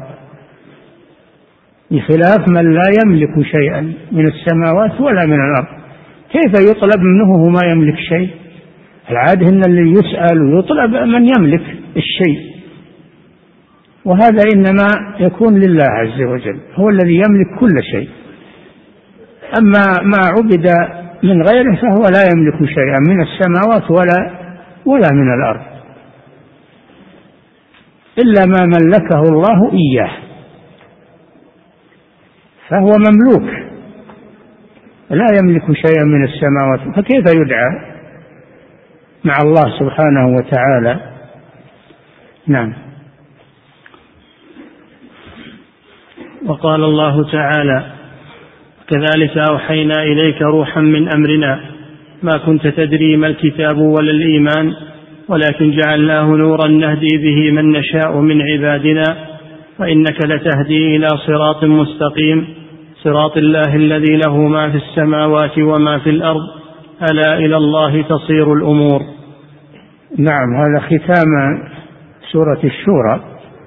بخلاف من لا يملك شيئا من السماوات ولا من الأرض. كيف يطلب منه وهو ما يملك شيء؟ العادة إن اللي يسأل ويطلب من يملك الشيء، وهذا إنما يكون لله عز وجل، هو الذي يملك كل شيء. أما ما عبد من غيره فهو لا يملك شيئا من السماوات ولا من الأرض، إلا ما ملكه الله إياه فهو مملوك، لا يملك شيئا من السماوات، فكيف يدعى مع الله سبحانه وتعالى؟ نعم. وقال الله تعالى: كذلك أوحينا إليك روحا من أمرنا ما كنت تدري ما الكتاب ولا الإيمان ولكن جعلناه نورا نهدي به من نشاء من عبادنا وإنك لتهدي إلى صراط مستقيم صراط الله الذي له ما في السماوات وما في الأرض ألا إلى الله تصير الأمور. نعم، هذا ختام سورة الشورى،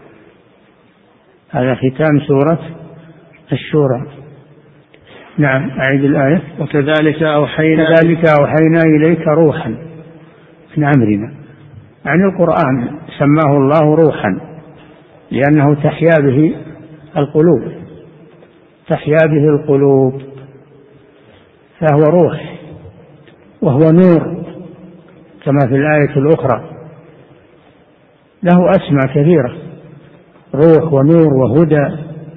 هذا ختام سورة الشورى. نعم، أعيد الآية. وكذلك أوحينا إليك روحا من أمرنا، يعني القرآن سماه الله روحا لأنه تحيا به القلوب، فهو روح وهو نور كما في الآية الأخرى، له أسماء كثيرة: روح ونور وهدى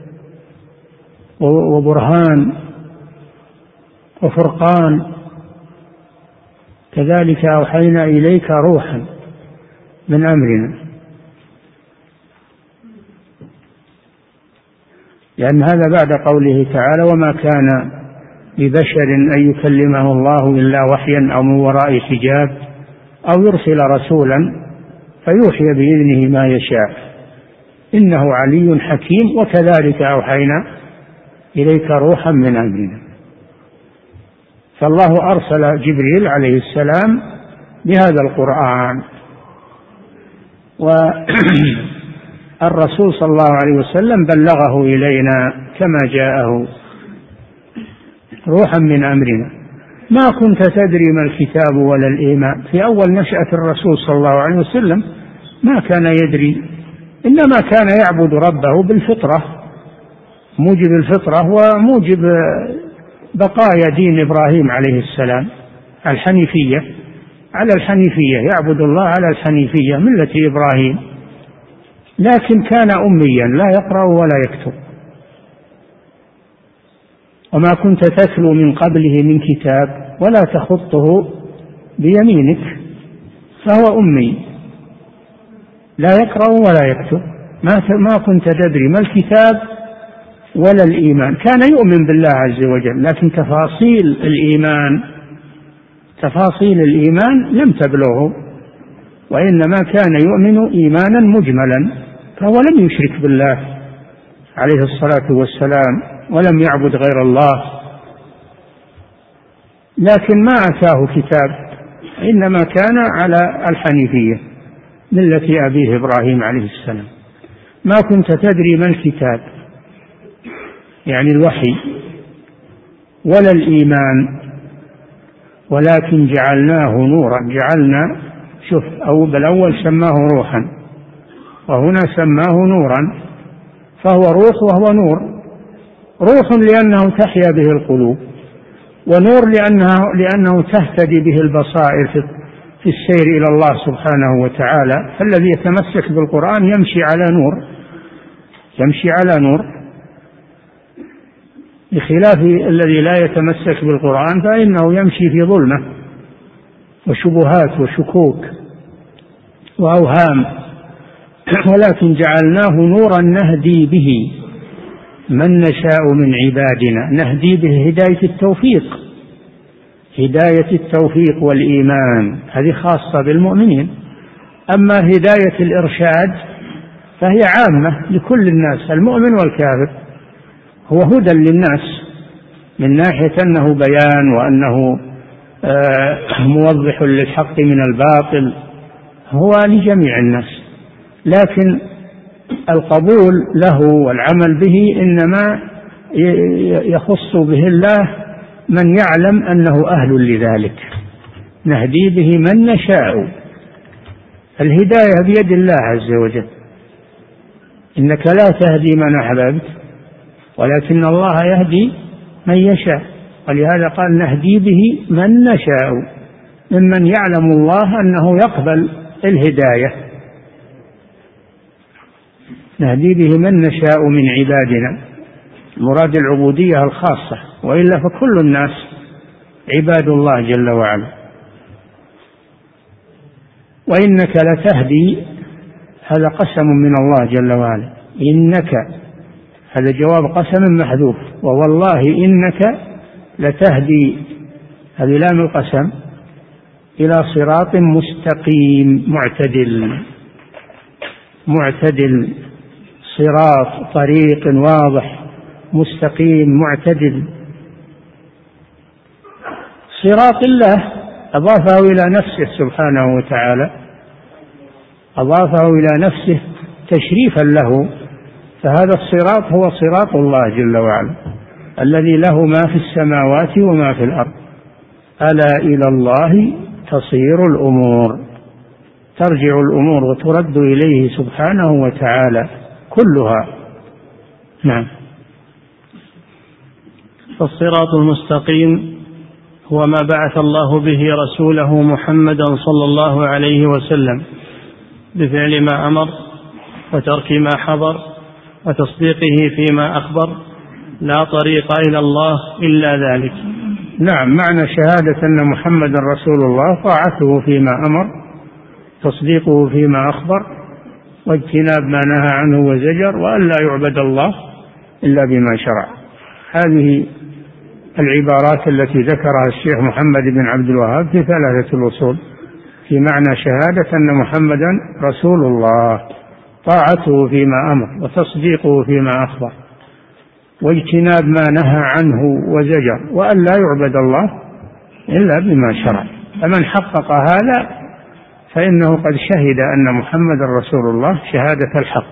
وبرهان وفرقان. كذلك أوحينا إليك روحا من أمرنا، لأن هذا بعد قوله تعالى: وما كان لبشر أن يكلمه الله إلا وحيا أو من وراء حجاب أو يرسل رسولا فيوحي بإذنه ما يشاء إنه علي حكيم. وكذلك أوحينا إليك روحا من أمرنا. فالله أرسل جبريل عليه السلام بهذا القرآن، والرسول صلى الله عليه وسلم بلغه إلينا كما جاءه روحا من أمرنا. ما كنت تدري ما الكتاب ولا الإيمان. في أول نشأة الرسول صلى الله عليه وسلم ما كان يدري، إنما كان يعبد ربه بالفطرة، موجب الفطرة وموجب بقايا دين إبراهيم عليه السلام، على الحنيفية، يعبد الله على الحنيفية ملة إبراهيم، لكن كان أميا لا يقرأ ولا يكتب. وما كنت تتلو من قبله من كتاب ولا تخطه بيمينك، فهو أمي لا يقرأ ولا يكتب. ما كنت تدري ما الكتاب ولا الإيمان. كان يؤمن بالله عز وجل، لكن تفاصيل الإيمان لم تبلغه، وإنما كان يؤمن إيمانا مجملا، فهو لم يشرك بالله عليه الصلاة والسلام ولم يعبد غير الله، لكن ما أتاه كتاب، إنما كان على الحنيفية ملة أبيه إبراهيم عليه السلام. ما كنت تدري ما الكتاب يعني الوحي ولا الإيمان ولكن جعلناه نورا. بالأول سماه روحا وهنا سماه نورا، فهو روح وهو نور. روح لأنه تحيا به القلوب، ونور لأنه تهتدي به البصائر في السير إلى الله سبحانه وتعالى. فالذي يتمسك بالقرآن يمشي على نور، بخلاف الذي لا يتمسك بالقرآن فإنه يمشي في ظلمة وشبهات وشكوك وأوهام. ولكن جعلناه نورا نهدي به من نشاء من عبادنا، نهدي به هداية التوفيق والإيمان، هذه خاصة بالمؤمنين. أما هداية الإرشاد فهي عامة لكل الناس، المؤمن والكافر، هو هدى للناس من ناحية أنه بيان وأنه موضح للحق من الباطل، هو لجميع الناس. لكن القبول له والعمل به إنما يخص به الله من يعلم أنه أهل لذلك، نهدي به من نشاء. الهداية بيد الله عز وجل، إنك لا تهدي من أحببت ولكن الله يهدي من يشاء، ولهذا قال نهدي به من نشاء، ممن يعلم الله أنه يقبل الهداية، نهدي به من نشاء من عبادنا، مراد العبودية الخاصة، وإلا فكل الناس عباد الله جل وعلا. وإنك لتهدي، هذا قسم من الله جل وعلا، إنك، هذا جواب قسم محذوف، ووالله إنك لتهدي، هذه لام القسم، إلى صراط مستقيم معتدل، صراط طريق واضح مستقيم معتدل. صراط الله أضافه إلى نفسه سبحانه وتعالى، أضافه إلى نفسه تشريفا له، فهذا الصراط هو صراط الله جل وعلا الذي له ما في السماوات وما في الأرض، ألا إلى الله تصير الأمور، ترجع الأمور وترد إليه سبحانه وتعالى كلها. نعم. فالصراط المستقيم هو ما بعث الله به رسوله محمدا صلى الله عليه وسلم بفعل ما أمر وترك ما حضر وتصديقه فيما أخبر، لا طريق إلى الله إلا ذلك. نعم، معنى شهادة أن محمد رسول الله طاعته فيما أمر، تصديقه فيما أخبر، واجتناب ما نهى عنه وزجر، وأن لا يعبد الله إلا بما شرع. هذه العبارات التي ذكرها الشيخ محمد بن عبد الوهاب في ثلاثة الأصول في معنى شهادة أن محمدا رسول الله، طاعته فيما أمر وتصديقه فيما أخبر واجتناب ما نهى عنه وزجر، وأن لا يعبد الله إلا بما شرع. فمن حقق هذا فإنه قد شهد أن محمد رسول الله شهادة الحق.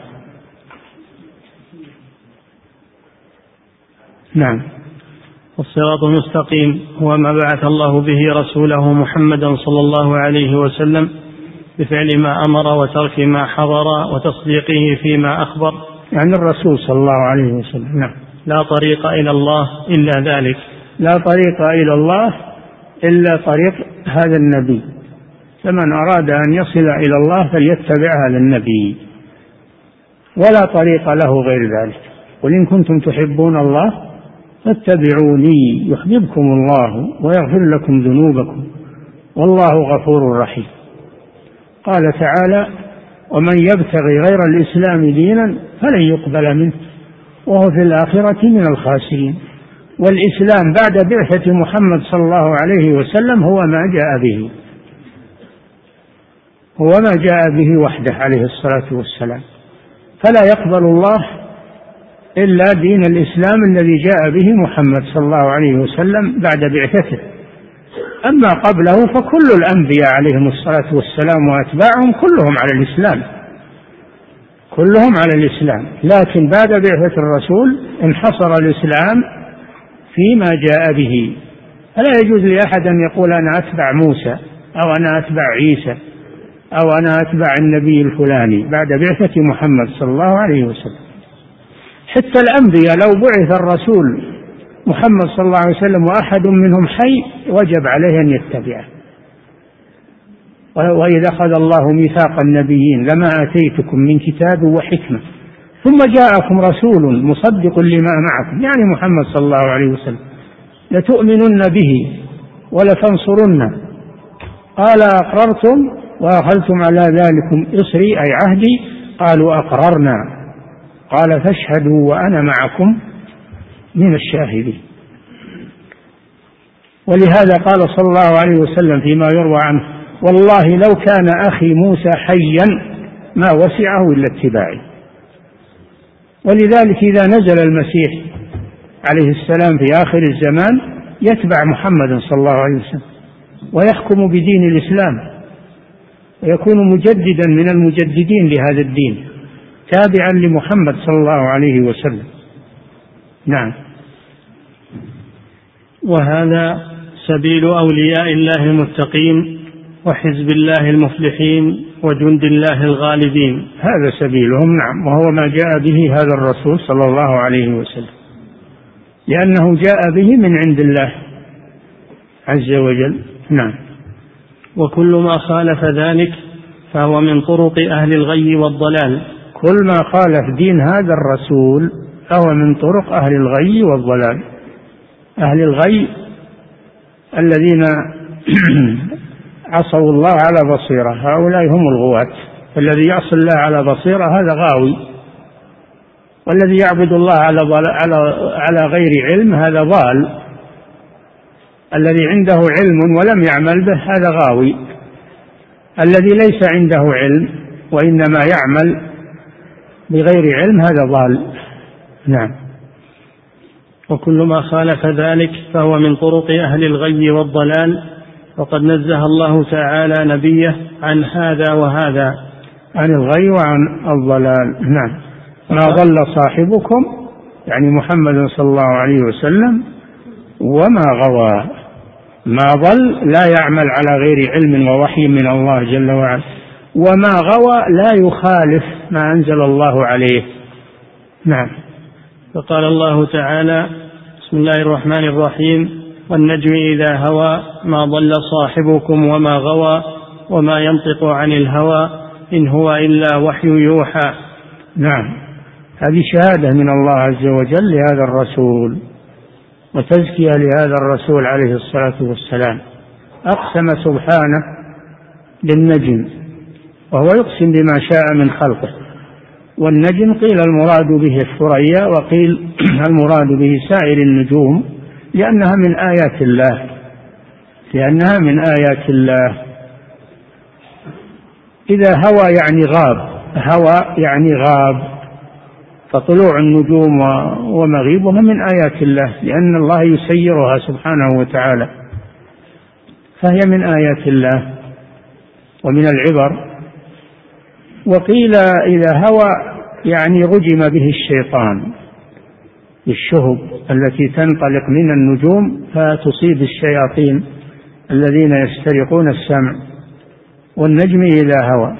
نعم. والصراط المستقيم هو ما بعث الله به رسوله محمدا صلى الله عليه وسلم بفعل ما أمر وترك ما حضر وتصديقه فيما أخبر، يعني الرسول صلى الله عليه وسلم. نعم. لا طريق إلى الله إلا ذلك، لا طريق إلى الله إلا طريق هذا النبي، فمن أراد أن يصل إلى الله فليتبع هذا النبي، ولا طريق له غير ذلك. قل إن كنتم تحبون الله فاتبعوني يحببكم الله ويغفر لكم ذنوبكم والله غفور رحيم. قال تعالى: ومن يبتغي غير الإسلام دينا فلن يقبل منه وهو في الآخرة من الخاسرين. والإسلام بعد بعثة محمد صلى الله عليه وسلم هو ما جاء به، هو ما جاء به وحده عليه الصلاة والسلام، فلا يقبل الله إلا دين الإسلام الذي جاء به محمد صلى الله عليه وسلم بعد بعثته. أما قبله فكل الأنبياء عليهم الصلاة والسلام وأتباعهم كلهم على الإسلام، كلهم على الإسلام، لكن بعد بعثة الرسول انحصر الإسلام فيما جاء به. فلا يجوز لأحد أن يقول أنا أتبع موسى أو أنا أتبع عيسى أو أنا أتبع النبي الفلاني بعد بعثة محمد صلى الله عليه وسلم. حتى الأنبياء لو بعث الرسول محمد صلى الله عليه وسلم وأحد منهم حي وجب عليه أن يتبعه. وإذا أخذ الله ميثاق النبيين لما آتيتكم من كتاب وحكمة ثم جاءكم رسول مصدق لما معكم، يعني محمد صلى الله عليه وسلم، لتؤمنن به ولتنصرنه. قال: أقررتم وأخذتم على ذلكم إصري أي عهدي؟ قالوا: أقررنا. قال: فاشهدوا وأنا معكم من الشاهدين. ولهذا قال صلى الله عليه وسلم فيما يروى عنه: والله لو كان أخي موسى حيا ما وسعه إلا اتباعي. ولذلك إذا نزل المسيح عليه السلام في آخر الزمان يتبع محمد صلى الله عليه وسلم ويحكم بدين الإسلام ويكون مجددا من المجددين لهذا الدين تابعا لمحمد صلى الله عليه وسلم. نعم. وهذا سبيل أولياء الله المتقين وحزب الله المفلحين وجند الله الغالبين. هذا سبيلهم. نعم. وهو ما جاء به هذا الرسول صلى الله عليه وسلم لأنه جاء به من عند الله عز وجل. نعم. وكل ما خالف ذلك فهو من طرق أهل الغي والضلال. كل ما خالف دين هذا الرسول فهو من طرق أهل الغي والضلال. أهل الغي الذين عصوا الله على بصيرة، هؤلاء هم الغواة. الذي يعصي الله على بصيرة هذا غاوي، والذي يعبد الله على غير علم هذا ضال. الذي عنده علم ولم يعمل به هذا غاوي. الذي ليس عنده علم وإنما يعمل بغير علم هذا ضال. نعم. وكل ما خالف ذلك فهو من طرق أهل الغي والضلال، وقد نزه الله تعالى نبيه عن هذا وهذا، عن الغي وعن الضلال. نعم. ما ضل صاحبكم يعني محمد صلى الله عليه وسلم وما غوى. ما ضل لا يعمل على غير علم ووحي من الله جل وعلا، وما غوى لا يخالف ما أنزل الله عليه. نعم. فقال الله تعالى: بسم الله الرحمن الرحيم: والنجم إذا هوى ما ضل صاحبكم وما غوى وما ينطق عن الهوى إن هو إلا وحي يوحى. نعم. هذه شهادة من الله عز وجل لهذا الرسول وتزكية لهذا الرسول عليه الصلاة والسلام. أقسم سبحانه بالنجم وهو يقسم بما شاء من خلقه. والنجم قيل المراد به الثريا وقيل المراد به سائر النجوم لأنها من آيات الله. لأنها من آيات الله. إذا هوى يعني غاب. هوى يعني غاب. فطلوع النجوم ومغيبها من آيات الله لأن الله يسيرها سبحانه وتعالى، فهي من آيات الله ومن العبر. وقيل إذا هوى يعني رجم به الشيطان بالشهب التي تنطلق من النجوم فتصيب الشياطين الذين يسترقون السمع. والنجم إذا هوى.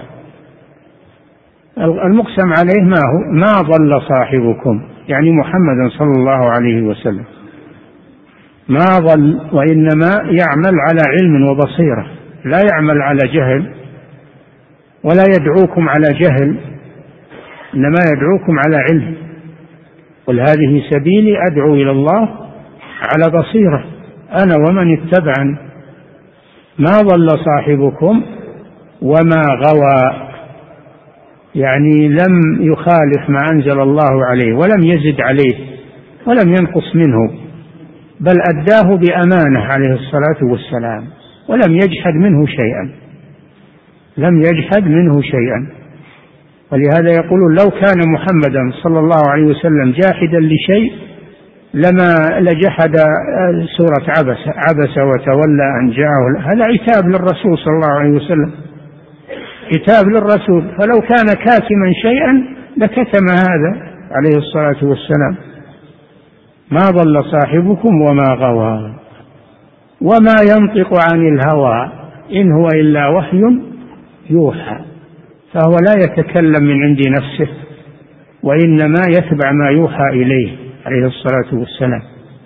المقسم عليه ما هو؟ ما ضل صاحبكم يعني محمد صلى الله عليه وسلم. ما ضل وإنما يعمل على علم وبصيرة، لا يعمل على جهل ولا يدعوكم على جهل، إنما يدعوكم على علم. قل هذه سبيلي أدعو إلى الله على بصيرة أنا ومن اتبعني. ما ضل صاحبكم وما غوى يعني لم يخالف ما أنزل الله عليه ولم يزد عليه ولم ينقص منه، بل أداه بأمانة عليه الصلاة والسلام ولم يجحد منه شيئا. لم يجحد منه شيئا. ولهذا يقولون لو كان محمدا صلى الله عليه وسلم جاحدا لشيء لما لجحد سورة عبس وتولى أن جاءه. هذا عتاب للرسول صلى الله عليه وسلم، عتاب للرسول. فلو كان كاتما شيئا لكتم هذا عليه الصلاة والسلام. ما ضل صاحبكم وما غوى وما ينطق عن الهوى إن هو إلا وحي يوحى. فهو لا يتكلم من عند نفسه وإنما يتبع ما يوحى إليه عليه الصلاة والسلام.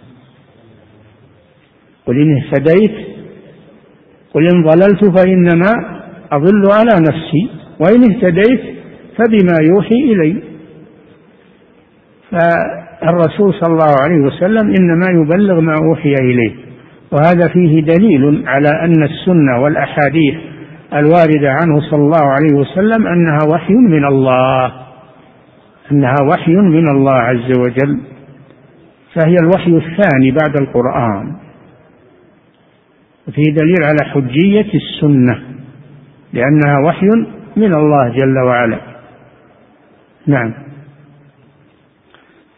قل إن اهتديت قل إن ضللت فإنما أضل على نفسي وإن اهتديت فبما يوحي إلي. فالرسول صلى الله عليه وسلم إنما يبلغ ما أوحي إليه. وهذا فيه دليل على أن السنة والأحاديث الواردة عنه صلى الله عليه وسلم أنها وحي من الله، أنها وحي من الله عز وجل، فهي الوحي الثاني بعد القرآن. وفيه دليل على حجية السنة لأنها وحي من الله جل وعلا. نعم.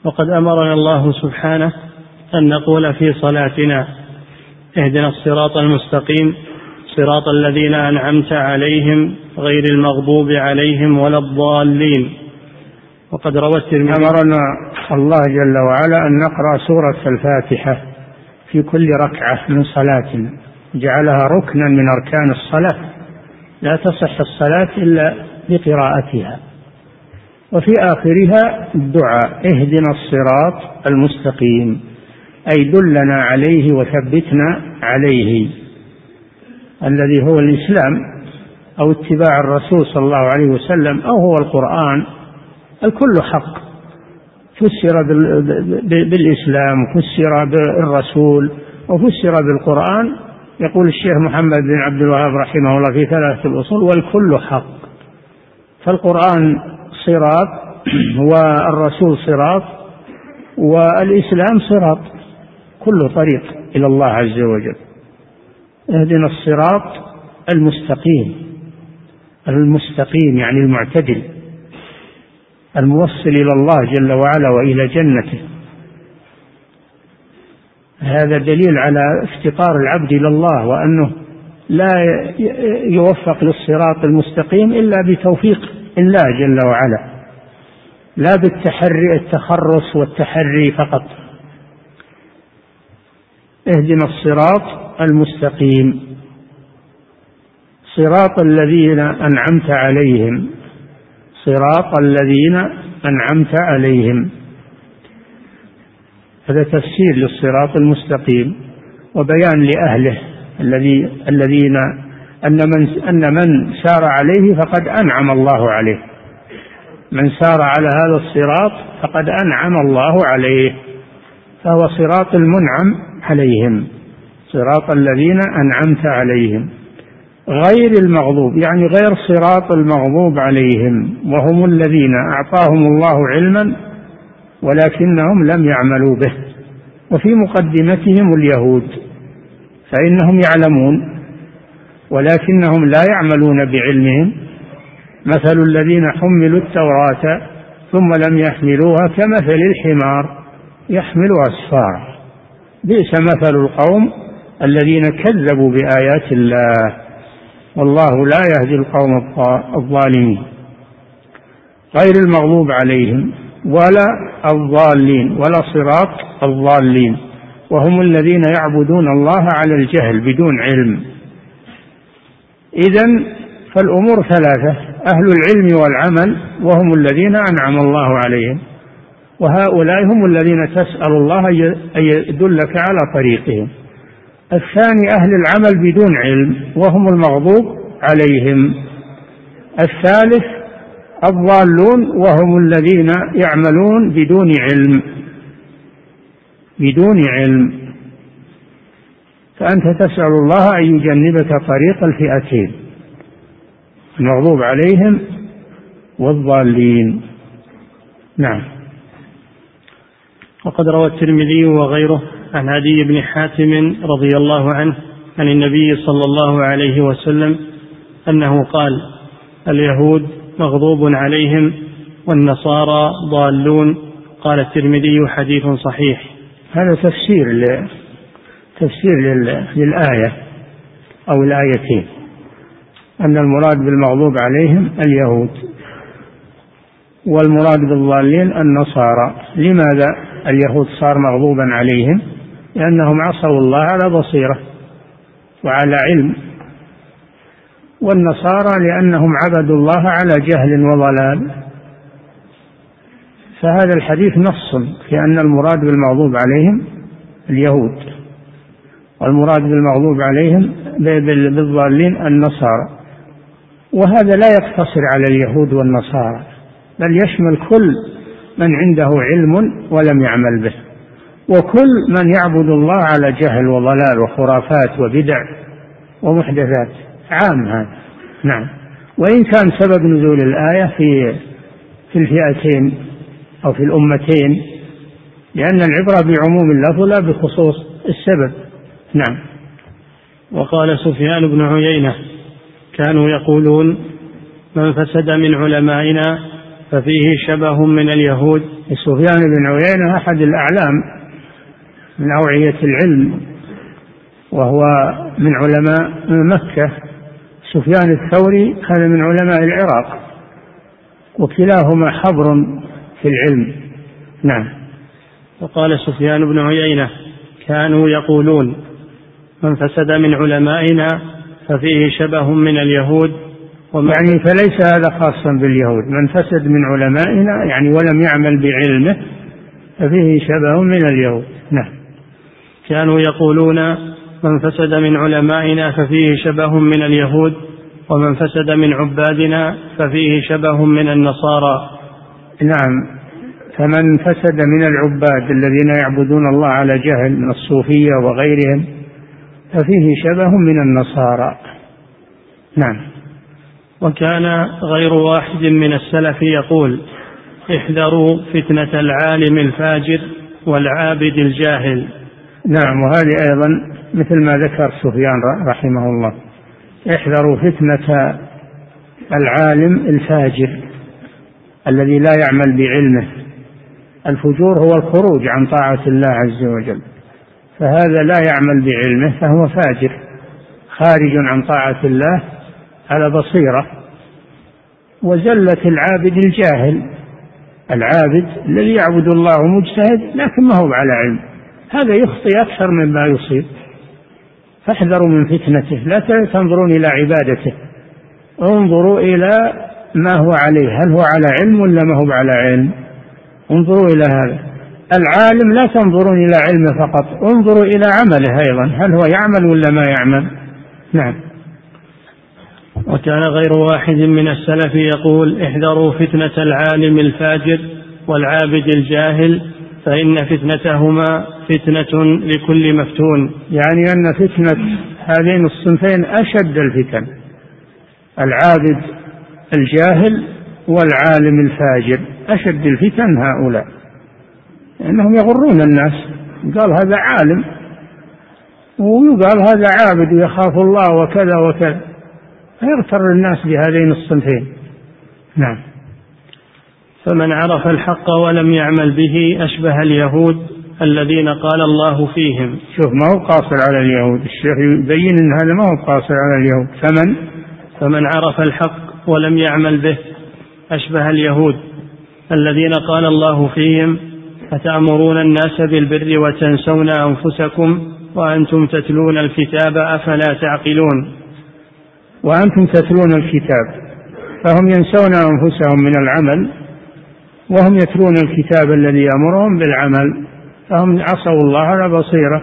وقد أمرنا الله سبحانه أن نقول في صلاتنا: اهدنا الصراط المستقيم صراط الذين أنعمت عليهم غير المغضوب عليهم ولا الضالين. وقد روى الترمذي: أمرنا الله جل وعلا أن نقرأ سورة الفاتحة في كل ركعة من صلاتنا، جعلها ركنا من أركان الصلاة، لا تصح الصلاة إلا بقراءتها. وفي آخرها الدعاء: اهدنا الصراط المستقيم، أي دلنا عليه وثبتنا عليه، الذي هو الإسلام أو اتباع الرسول صلى الله عليه وسلم أو هو القرآن. الكل حق، فسر بالإسلام وفسر بالرسول وفسر بالقرآن. يقول الشيخ محمد بن عبد الوهاب رحمه الله في 3 الأصول: والكل حق. فالقرآن صراط، والرسول صراط، والإسلام صراط، كل طريق إلى الله عز وجل. اهدنا الصراط المستقيم، المستقيم يعني المعتدل، الموصل إلى الله جل وعلا وإلى جنته. هذا دليل على افتقار العبد إلى الله، وأنه لا يوفق للصراط المستقيم إلا بتوفيق الله جل وعلا، لا التخرص والتحري فقط. اهدنا الصراط المستقيم صراط الذين أنعمت عليهم، صراط الذين أنعمت عليهم. هذا تفسير للصراط المستقيم وبيان لأهله الذين أن من سار عليه فقد أنعم الله عليه. من سار على هذا الصراط فقد أنعم الله عليه، فهو صراط المنعم عليهم، صراط الذين أنعمت عليهم غير المغضوب، يعني غير صراط المغضوب عليهم، وهم الذين أعطاهم الله علما ولكنهم لم يعملوا به. وفي مقدمتهم اليهود، فإنهم يعلمون ولكنهم لا يعملون بعلمهم. مثل الذين حملوا التوراة ثم لم يحملوها كمثل الحمار يحمل أسفارا، بئس مثل القوم الذين كذبوا بآيات الله، والله لا يهدي القوم الظالمين. غير المغضوب عليهم ولا الضالين، ولا صراط الضالين، وهم الذين يعبدون الله على الجهل بدون علم. إذن فالأمور 3: أهل العلم والعمل، وهم الذين أنعم الله عليهم، وهؤلاء هم الذين تسأل الله أن يدلك على طريقهم. الثاني: أهل العمل بدون علم، وهم المغضوب عليهم. الثالث: الضالون، وهم الذين يعملون بدون علم، بدون علم. فأنت تسأل الله أن يجنبك طريق الفئتين، المغضوب عليهم والضالين. نعم. وقد روى الترمذي وغيره عن عدي بن حاتم رضي الله عنه عن النبي صلى الله عليه وسلم أنه قال: اليهود مغضوب عليهم والنصارى ضالون. قال الترمذي: حديث صحيح. هذا تفسير للآية أو الآيتين، أن المراد بالمغضوب عليهم اليهود، والمراد بالضالين النصارى. لماذا اليهود صار مغضوبا عليهم؟ لأنهم عصوا الله على بصيرة وعلى علم، والنصارى لأنهم عبدوا الله على جهل وضلال. فهذا الحديث نص في أن المراد بالمغضوب عليهم اليهود، والمراد بالمغضوب عليهم بالضالين النصارى. وهذا لا يقتصر على اليهود والنصارى، بل يشمل كل من عنده علم ولم يعمل به، وكل من يعبد الله على جهل وضلال وخرافات وبدع ومحدثات، عام هذا. نعم. وإن كان سبب نزول الآية في الفئتين أو في الأمتين، لأن العبرة بعموم اللفظ لا بخصوص السبب. نعم. وقال سفيان بن عيينة: كانوا يقولون: من فسد من علمائنا ففيه شبه من اليهود سفيان بن عيينة أحد الأعلام من أوعية العلم، وهو من علماء مكة. سفيان الثوري هذا من علماء العراق، وكلاهما حبر في العلم. نعم. وقال سفيان بن عيينة: كانوا يقولون من فسد من علمائنا ففيه شبه من اليهود. يعني فليس هذا خاصا باليهود، من فسد من علمائنا يعني ولم يعمل بعلمه ففيه شبه من اليهود. نعم. كانوا يقولون من فسد من علمائنا ففيه شبه من اليهود، ومن فسد من عبادنا ففيه شبه من النصارى. نعم. فمن فسد من العباد الذين يعبدون الله على جهل من الصوفية وغيرهم ففيه شبه من النصارى. نعم. وكان غير واحد من السلف يقول: احذروا فتنة العالم الفاجر والعابد الجاهل. نعم. وهذه أيضا مثل ما ذكر سفيان رحمه الله: احذروا فتنة العالم الفاجر الذي لا يعمل بعلمه. الفجور هو الخروج عن طاعة الله عز وجل، فهذا لا يعمل بعلمه فهو فاجر خارج عن طاعة الله على بصيرة. وزلة العابد الجاهل، العابد الذي يعبد الله مجتهد لكن ما هو على علم، هذا يخطئ أكثر مما يصيب. فاحذروا من فتنته، لا تنظرون إلى عبادته، انظروا إلى ما هو عليه، هل هو على علم ولا ما هو على علم. انظروا إلى هذا. العالم لا تنظرون إلى علمه فقط، انظروا إلى عمله أيضا، هل هو يعمل ولا ما يعمل. نعم. وكان غير واحد من السلف يقول: احذروا فتنة العالم الفاجر والعابد الجاهل، فإن فتنتهما فتنة لكل مفتون. يعني أن فتنة هذين الصنفين أشد الفتن، العابد الجاهل والعالم الفاجر أشد الفتن هؤلاء، لأنهم يغرون الناس. قال هذا عالم ويقال هذا عابد ويخاف الله وكذا وكذا، فيغتر الناس بهذين الصنفين. نعم. فمن عرف الحق ولم يعمل به أشبه اليهود الذين قال الله فيهم. شوف، ما هو قاصر على اليهود، الشيخ يبين أن هذا ما هو قاصر على اليهود. فمن عرف الحق ولم يعمل به أشبه اليهود الذين قال الله فيهم: أتأمرون الناس بالبر وتنسون أنفسكم وأنتم تتلون الكتاب أفلا تعقلون. وأنتم تتلون الكتاب، فهم ينسون أنفسهم من العمل وهم يتلون الكتاب الذي يأمرهم بالعمل، فهم عصوا الله على بصيرة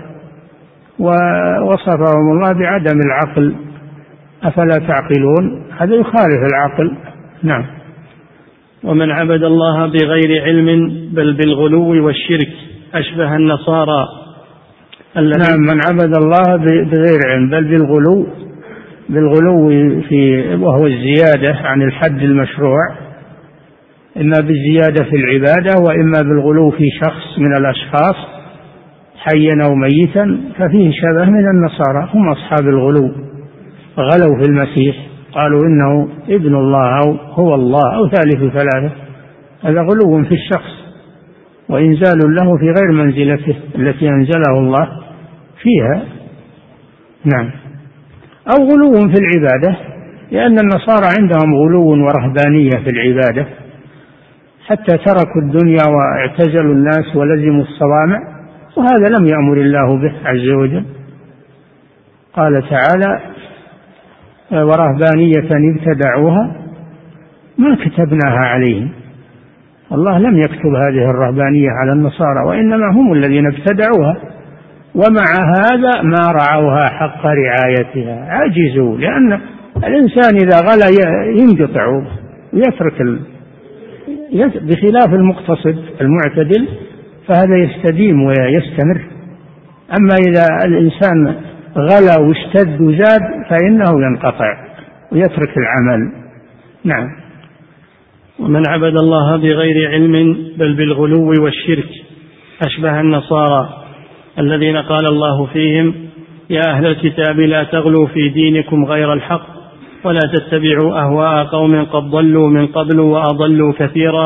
ووصفهم الله بعدم العقل. أفلا تعقلون، هذا يخالف العقل. نعم. ومن عبد الله بغير علم بل بالغلو والشرك أشبه النصارى. نعم. من عبد الله بغير علم بل بالغلو وهو الزيادة عن الحد المشروع، إما بالزيادة في العبادة وإما بالغلو في شخص من الأشخاص حيا أو ميتا، ففيه شبه من النصارى، هم أصحاب الغلو، غلوا في المسيح، قالوا إنه ابن الله أو هو الله أو ثالث ثلاثة. هذا غلو في الشخص وإنزال له في غير منزلته التي أنزله الله فيها. نعم. أو غلو في العبادة، لأن النصارى عندهم غلو ورهبانية في العبادة، حتى تركوا الدنيا واعتزلوا الناس ولزموا الصوامع، وهذا لم يأمر الله به عز وجل. قال تعالى: ورهبانية ابتدعوها ما كتبناها عليهم. الله لم يكتب هذه الرهبانية على النصارى، وإنما هم الذين ابتدعوها، ومع هذا ما رعوها حق رعايتها، عجزوا، لأن الإنسان إذا غلا ينقطع ويترك بخلاف المقتصد المعتدل، فهذا يستديم ويستمر. أما إذا الإنسان غلا واشتد وزاد فإنه ينقطع ويترك العمل. نعم. ومن عبد الله بغير علم بل بالغلو والشرك أشبه النصارى الذين قال الله فيهم: يا أهل الكتاب لا تغلوا في دينكم غير الحق ولا تتبعوا أهواء قوم قد ضلوا من قبل وأضلوا كثيرا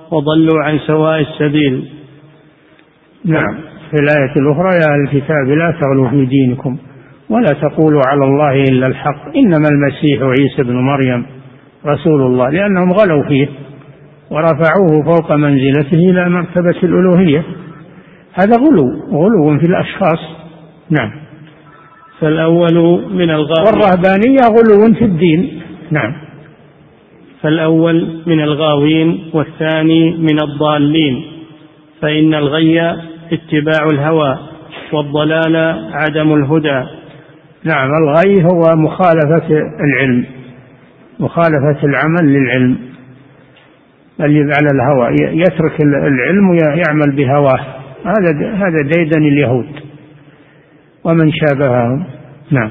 وضلوا عن سواء السبيل. نعم. في الآية الأخرى: يا أهل الكتاب لا تغلوا في دينكم ولا تقولوا على الله إلا الحق إنما المسيح عيسى ابن مريم رسول الله، لأنهم غلوا فيه ورفعوه فوق منزلته إلى مرتبة الألوهية. هذا غلو في الأشخاص. نعم. فالأول من الغاوين، والرهبانية غلو في الدين. نعم. فالأول من الغاوين والثاني من الضالين، فإن الغي اتباع الهوى والضلال عدم الهدى. نعم. الغي هو مخالفة العلم، مخالفة العمل للعلم، اللي على الهوى يترك العلم ويعمل بهواه. هذا ديدن اليهود ومن شابههم. نعم.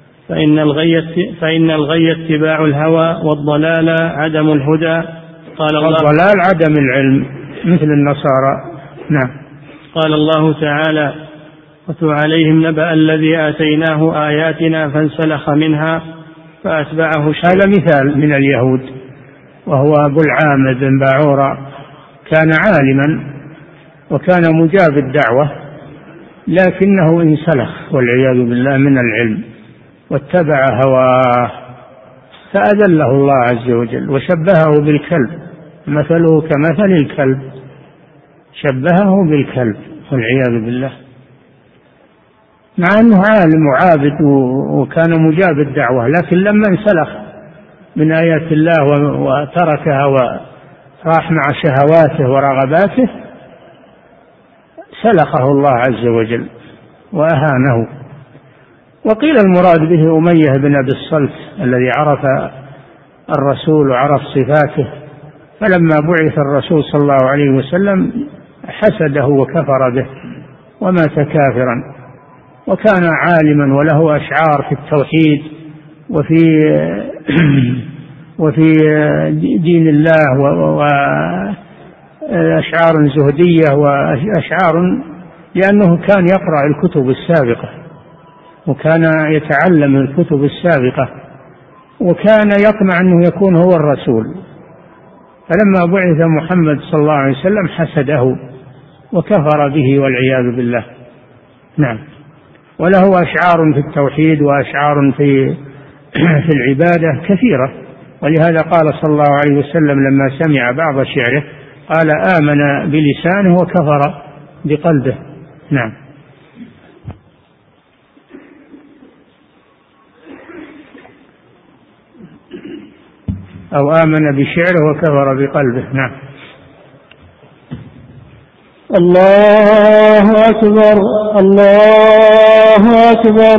فإن الغي اتباع الهوى والضلال عدم الهدى. قال الله: الضلال عدم العلم مثل النصارى. نعم. قال الله تعالى: واتل عليهم نبأ الذي آتيناه آياتنا فانسلخ منها فأتبعه الشيطان. هذا مثال من اليهود، وهو أبو العامر بن باعورة، كان عالما وكان مجاب الدعوة، لكنه انسلخ والعياذ بالله من العلم واتبع هواه فأذله الله عز وجل وشبهه بالكلب، مثله كمثل الكلب، شبهه بالكلب والعياذ بالله، مع أنه عالم وعابد وكان مجاب الدعوة، لكن لما انسلخ من آيات الله وتركها وراح مع شهواته ورغباته سلخه الله عز وجل وأهانه. وقيل المراد به أمية بن أبي الصلت الذي عرف الرسول وعرف صفاته، فلما بعث الرسول صلى الله عليه وسلم حسده وكفر به ومات كافرا، وكان عالما وله أشعار في التوحيد وفي دين الله وأشعار زهدية وأشعار، لأنه كان يقرأ الكتب السابقة وكان يتعلم الكتب السابقة وكان يطمع أنه يكون هو الرسول، فلما بعث محمد صلى الله عليه وسلم حسده وكفر به والعياذ بالله. نعم. وله أشعار في التوحيد وأشعار في العبادة كثيرة، ولهذا قال صلى الله عليه وسلم لما سمع بعض شعره قال: آمن بلسانه وكفر بقلبه. نعم. أو آمن بشعره وكفر بقلبه. نعم. الله أكبر الله أكبر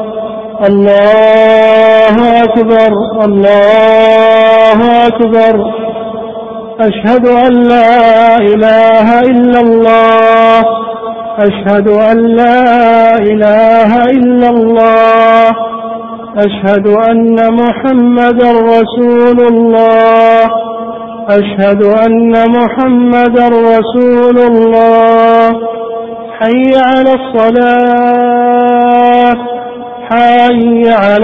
الله أكبر الله أكبر. أشهد أن لا إله إلا الله أشهد أن لا إله إلا الله أشهد أن محمدا رسول الله أشهد أن محمدا رسول الله. حي على الصلاة حي على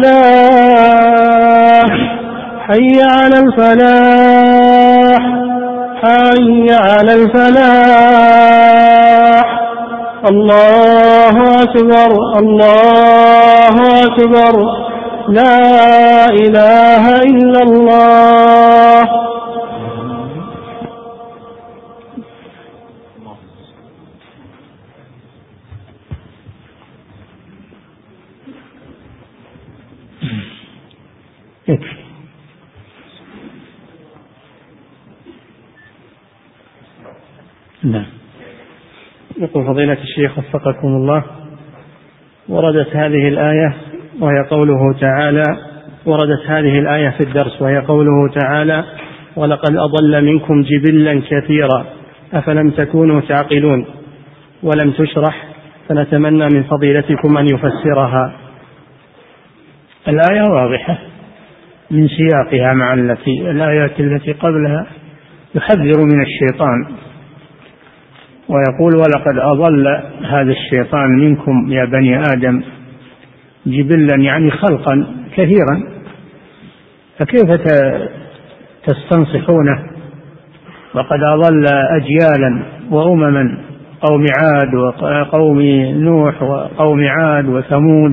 الصلاة حي على الفلاح حي على الفلاح. الله أكبر الله أكبر. لا إله إلا الله. نعم. يقول فضيلة الشيخ وفقكم الله: وردت هذه الآية في الدرس وهي قوله تعالى: ولقد أضل منكم جبلا كثيرا أفلم تكونوا تعقلون، ولم تشرح، فنتمنى من فضيلتكم أن يفسرها. الآية واضحة من سياقها مع الآيات التي قبلها، يحذر من الشيطان ويقول: ولقد أضل هذا الشيطان منكم يا بني آدم جبلا، يعني خلقا كثيرا، فكيف تستنصحونه وقد أضل أجيالا وأمما، قوم عاد وقوم نوح وقوم عاد وثمود،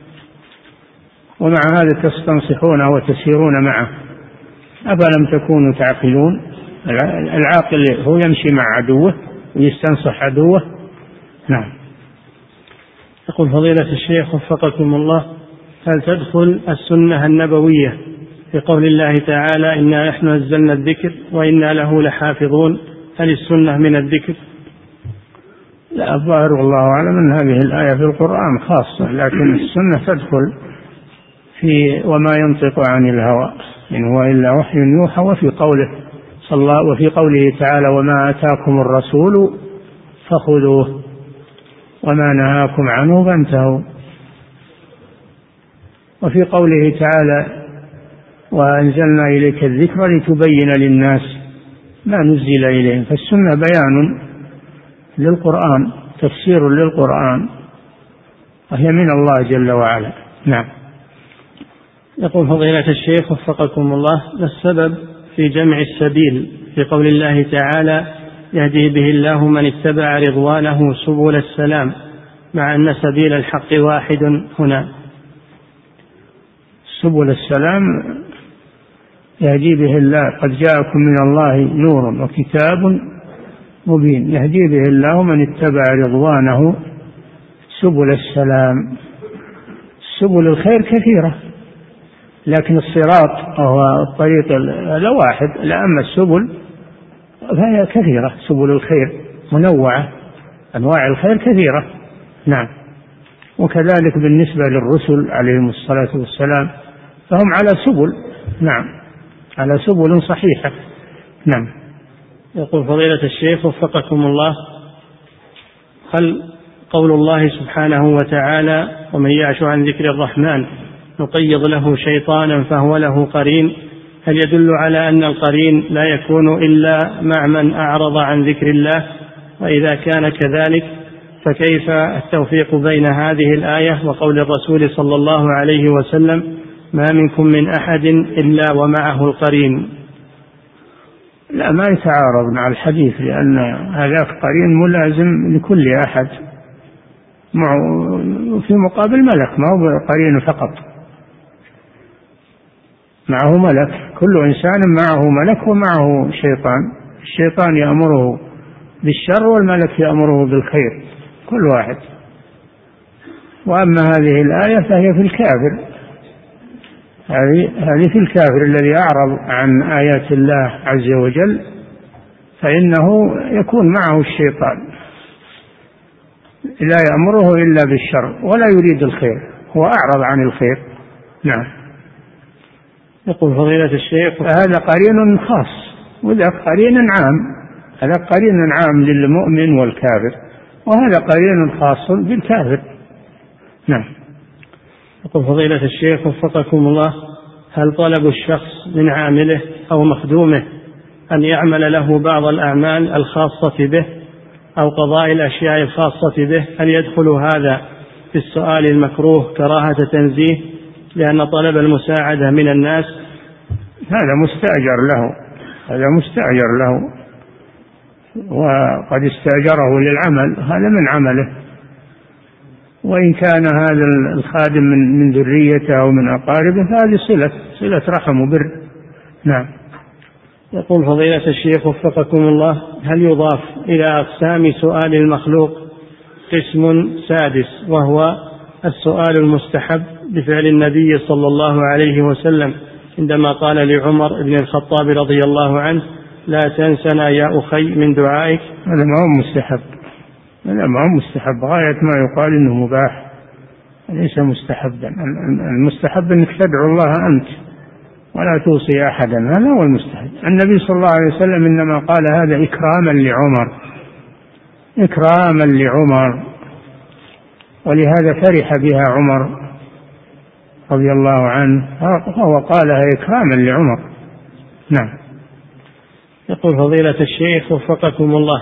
ومع هذا تستنصحونه وتسيرون معه. أفلم تكونوا تعقلون؟ العاقل هو يمشي مع عدوه ويستنصح عدوه. نعم. يقول فضيلة الشيخ وفقكم الله: هل تدخل السنة النبوية في قول الله تعالى إنا نحن نزلنا الذكر وإنا له لحافظون؟ هل السنة من الذكر؟ لا، الظاهر والله أعلم أن هذه الآية في القرآن خاصة، لكن السنة تدخل في وما ينطق عن الهوى إن هو إلا وحي يوحى، وفي قوله تعالى وما آتاكم الرسول فخذوه وما نهاكم عنه فانتهوا، وفي قوله تعالى وأنزلنا إليك الذكر لتبين للناس ما نزل إليهم. فالسنة بيان للقرآن، تفسير للقرآن، وهي من الله جل وعلا. نعم. يقول فضيلة الشيخ وفقكم الله: ما السبب في جمع السبيل في قول الله تعالى يهدي به الله من اتبع رضوانه سبل السلام، مع أن سبيل الحق واحد هنا؟ سبل السلام يهدي به الله، قد جاءكم من الله نور وكتاب مبين، يهدي به الله من اتبع رضوانه سبل السلام. سبل الخير كثيرة، لكن الصراط وهو الطريق لا واحد، أما السبل فهي كثيرة، سبل الخير منوعة، أنواع الخير كثيرة. نعم. وكذلك بالنسبة للرسل عليهم الصلاة والسلام فهم على سبل، نعم، على سبل صحيحة. نعم. يقول فضيلة الشيخ وفقكم الله: هل قول الله سبحانه وتعالى ومن يعش عن ذكر الرحمن نقيض له شيطانا فهو له قرين، هل يدل على أن القرين لا يكون إلا مع من أعرض عن ذكر الله؟ وإذا كان كذلك فكيف التوفيق بين هذه الآية وقول الرسول صلى الله عليه وسلم ما منكم من أحد إلا ومعه القرين؟ لا، ما يتعارض مع الحديث، لأن هذا قرين ملازم لكل أحد في مقابل ملك، ما هو قرين فقط، معه ملك، كل إنسان معه ملك ومعه شيطان، الشيطان يأمره بالشر والملك يأمره بالخير، كل واحد. وأما هذه الآية فهي في الكافر، هذه في الكافر الذي أعرض عن آيات الله عز وجل، فإنه يكون معه الشيطان لا يأمره إلا بالشر ولا يريد الخير، هو أعرض عن الخير. نعم. يقول فضيلة الشيخ: هذا قرين خاص وذا قرين عام، هذا قرين عام للمؤمن والكافر، وهذا قرين خاص بالكافر. نعم. يقول فضيلة الشيخ وفقكم الله: هل طلب الشخص من عامله أو مخدومه أن يعمل له بعض الأعمال الخاصة به أو قضاء الأشياء الخاصة به، هل يدخل هذا في السؤال المكروه كراهة تنزيه لأن طلب المساعدة من الناس؟ هذا مستأجر له، هذا مستأجر له، وقد استأجره للعمل، هذا من عمله، وإن كان هذا الخادم من ذريته أو من أقاربه فهذه صلة رحم وبر. نعم. يقول فضيلة الشيخ وفقكم الله: هل يضاف إلى أقسام سؤال المخلوق قسم سادس وهو السؤال المستحب بفعل النبي صلى الله عليه وسلم عندما قال لعمر بن الخطاب رضي الله عنه لا تنسنا يا أخي من دعائك؟ هذا ما هو مستحب، هذا ما هو مستحب، غاية ما يقال إنه مباح، ليس مستحبا. المستحب أنك تدعو الله أنت ولا توصي أحدا، هذا هو المستحب. النبي صلى الله عليه وسلم إنما قال هذا إكراما لعمر، إكراما لعمر، ولهذا فرح بها عمر رضي الله عنه، فهو قالها إكراما لعمر. نعم. يقول فضيلة الشيخ وفقكم الله: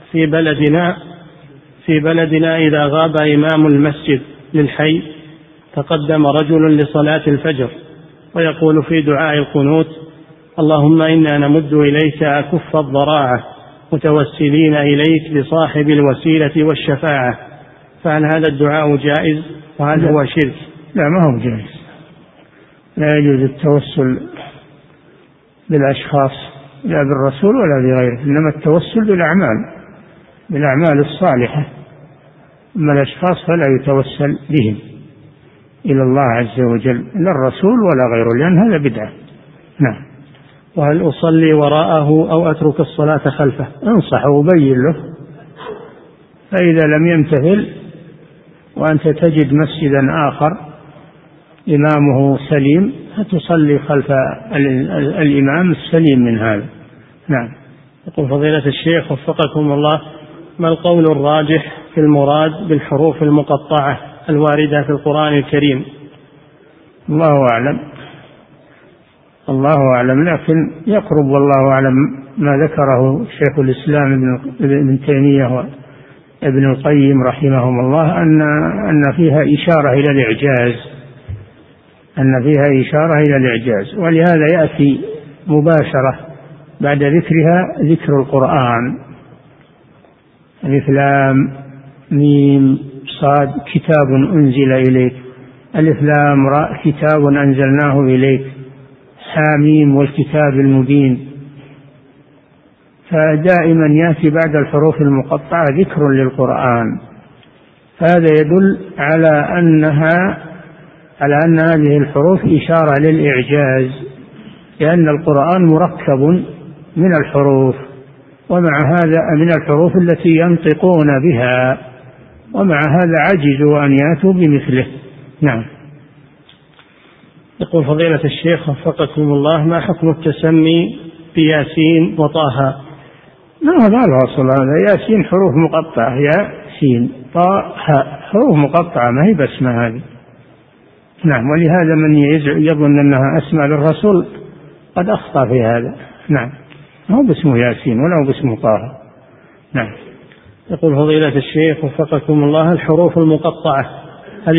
في بلدنا إذا غاب إمام المسجد للحي تقدم رجل لصلاة الفجر ويقول في دعاء القنوت اللهم إنا نمد إليك أكف الضراعة متوسلين إليك بصاحب الوسيلة والشفاعة، فهل هذا الدعاء جائز وهل هو شرك؟ لا، ما هو جائز، لا يجوز التوسل بالأشخاص لا بالرسول ولا بغيره، إنما التوسل بالأعمال الصالحة، أما الأشخاص فلا يتوسل بهم إلى الله عز وجل، لا الرسول ولا غيره، لأن هذا بدعة. نعم. وهل أصلي وراءه أو أترك الصلاة خلفه؟ انصح وبين له، فإذا لم يمتثل وأنت تجد مسجدا آخر إمامه سليم فتصلي خلف الإمام السليم من هذا. نعم. يقول فضيلة الشيخ وفقكم الله: ما القول الراجح في المراد بالحروف المقطعة الواردة في القرآن الكريم؟ الله أعلم، لكن يقرب والله أعلم ما ذكره شيخ الإسلام ابن تيمية وابن القيم رحمهم الله أن فيها إشارة إلى الإعجاز، ولهذا يأتي مباشرة بعد ذكرها ذكر القرآن: ألف لام ميم صاد كتاب أنزل إليك، ألف لام راء كتاب أنزلناه إليك، حاميم والكتاب المبين. فدائما يأتي بعد الحروف المقطعة ذكر للقرآن، فهذا يدل على أن هذه الحروف إشارة للإعجاز، لأن القرآن مركب من الحروف، ومع هذا من الحروف التي ينطقون بها، ومع هذا عجزوا أن يأتوا بمثله. نعم. يقول فضيلة الشيخ وفقكم الله: ما حكم التسمي بياسين وطه؟ ما الأصل هذا؟ ياسين حروف مقطعة، ياسين طه حروف مقطعة، ما هي بسمة هذه. نعم. ولهذا من يظن أنها أسماء للرسول قد أخطأ في هذا. نعم. ما هو باسمه ياسين ولا هو باسمه طه. نعم. يقول فضيلة الشيخ وفقكم الله: الحروف المقطعة هل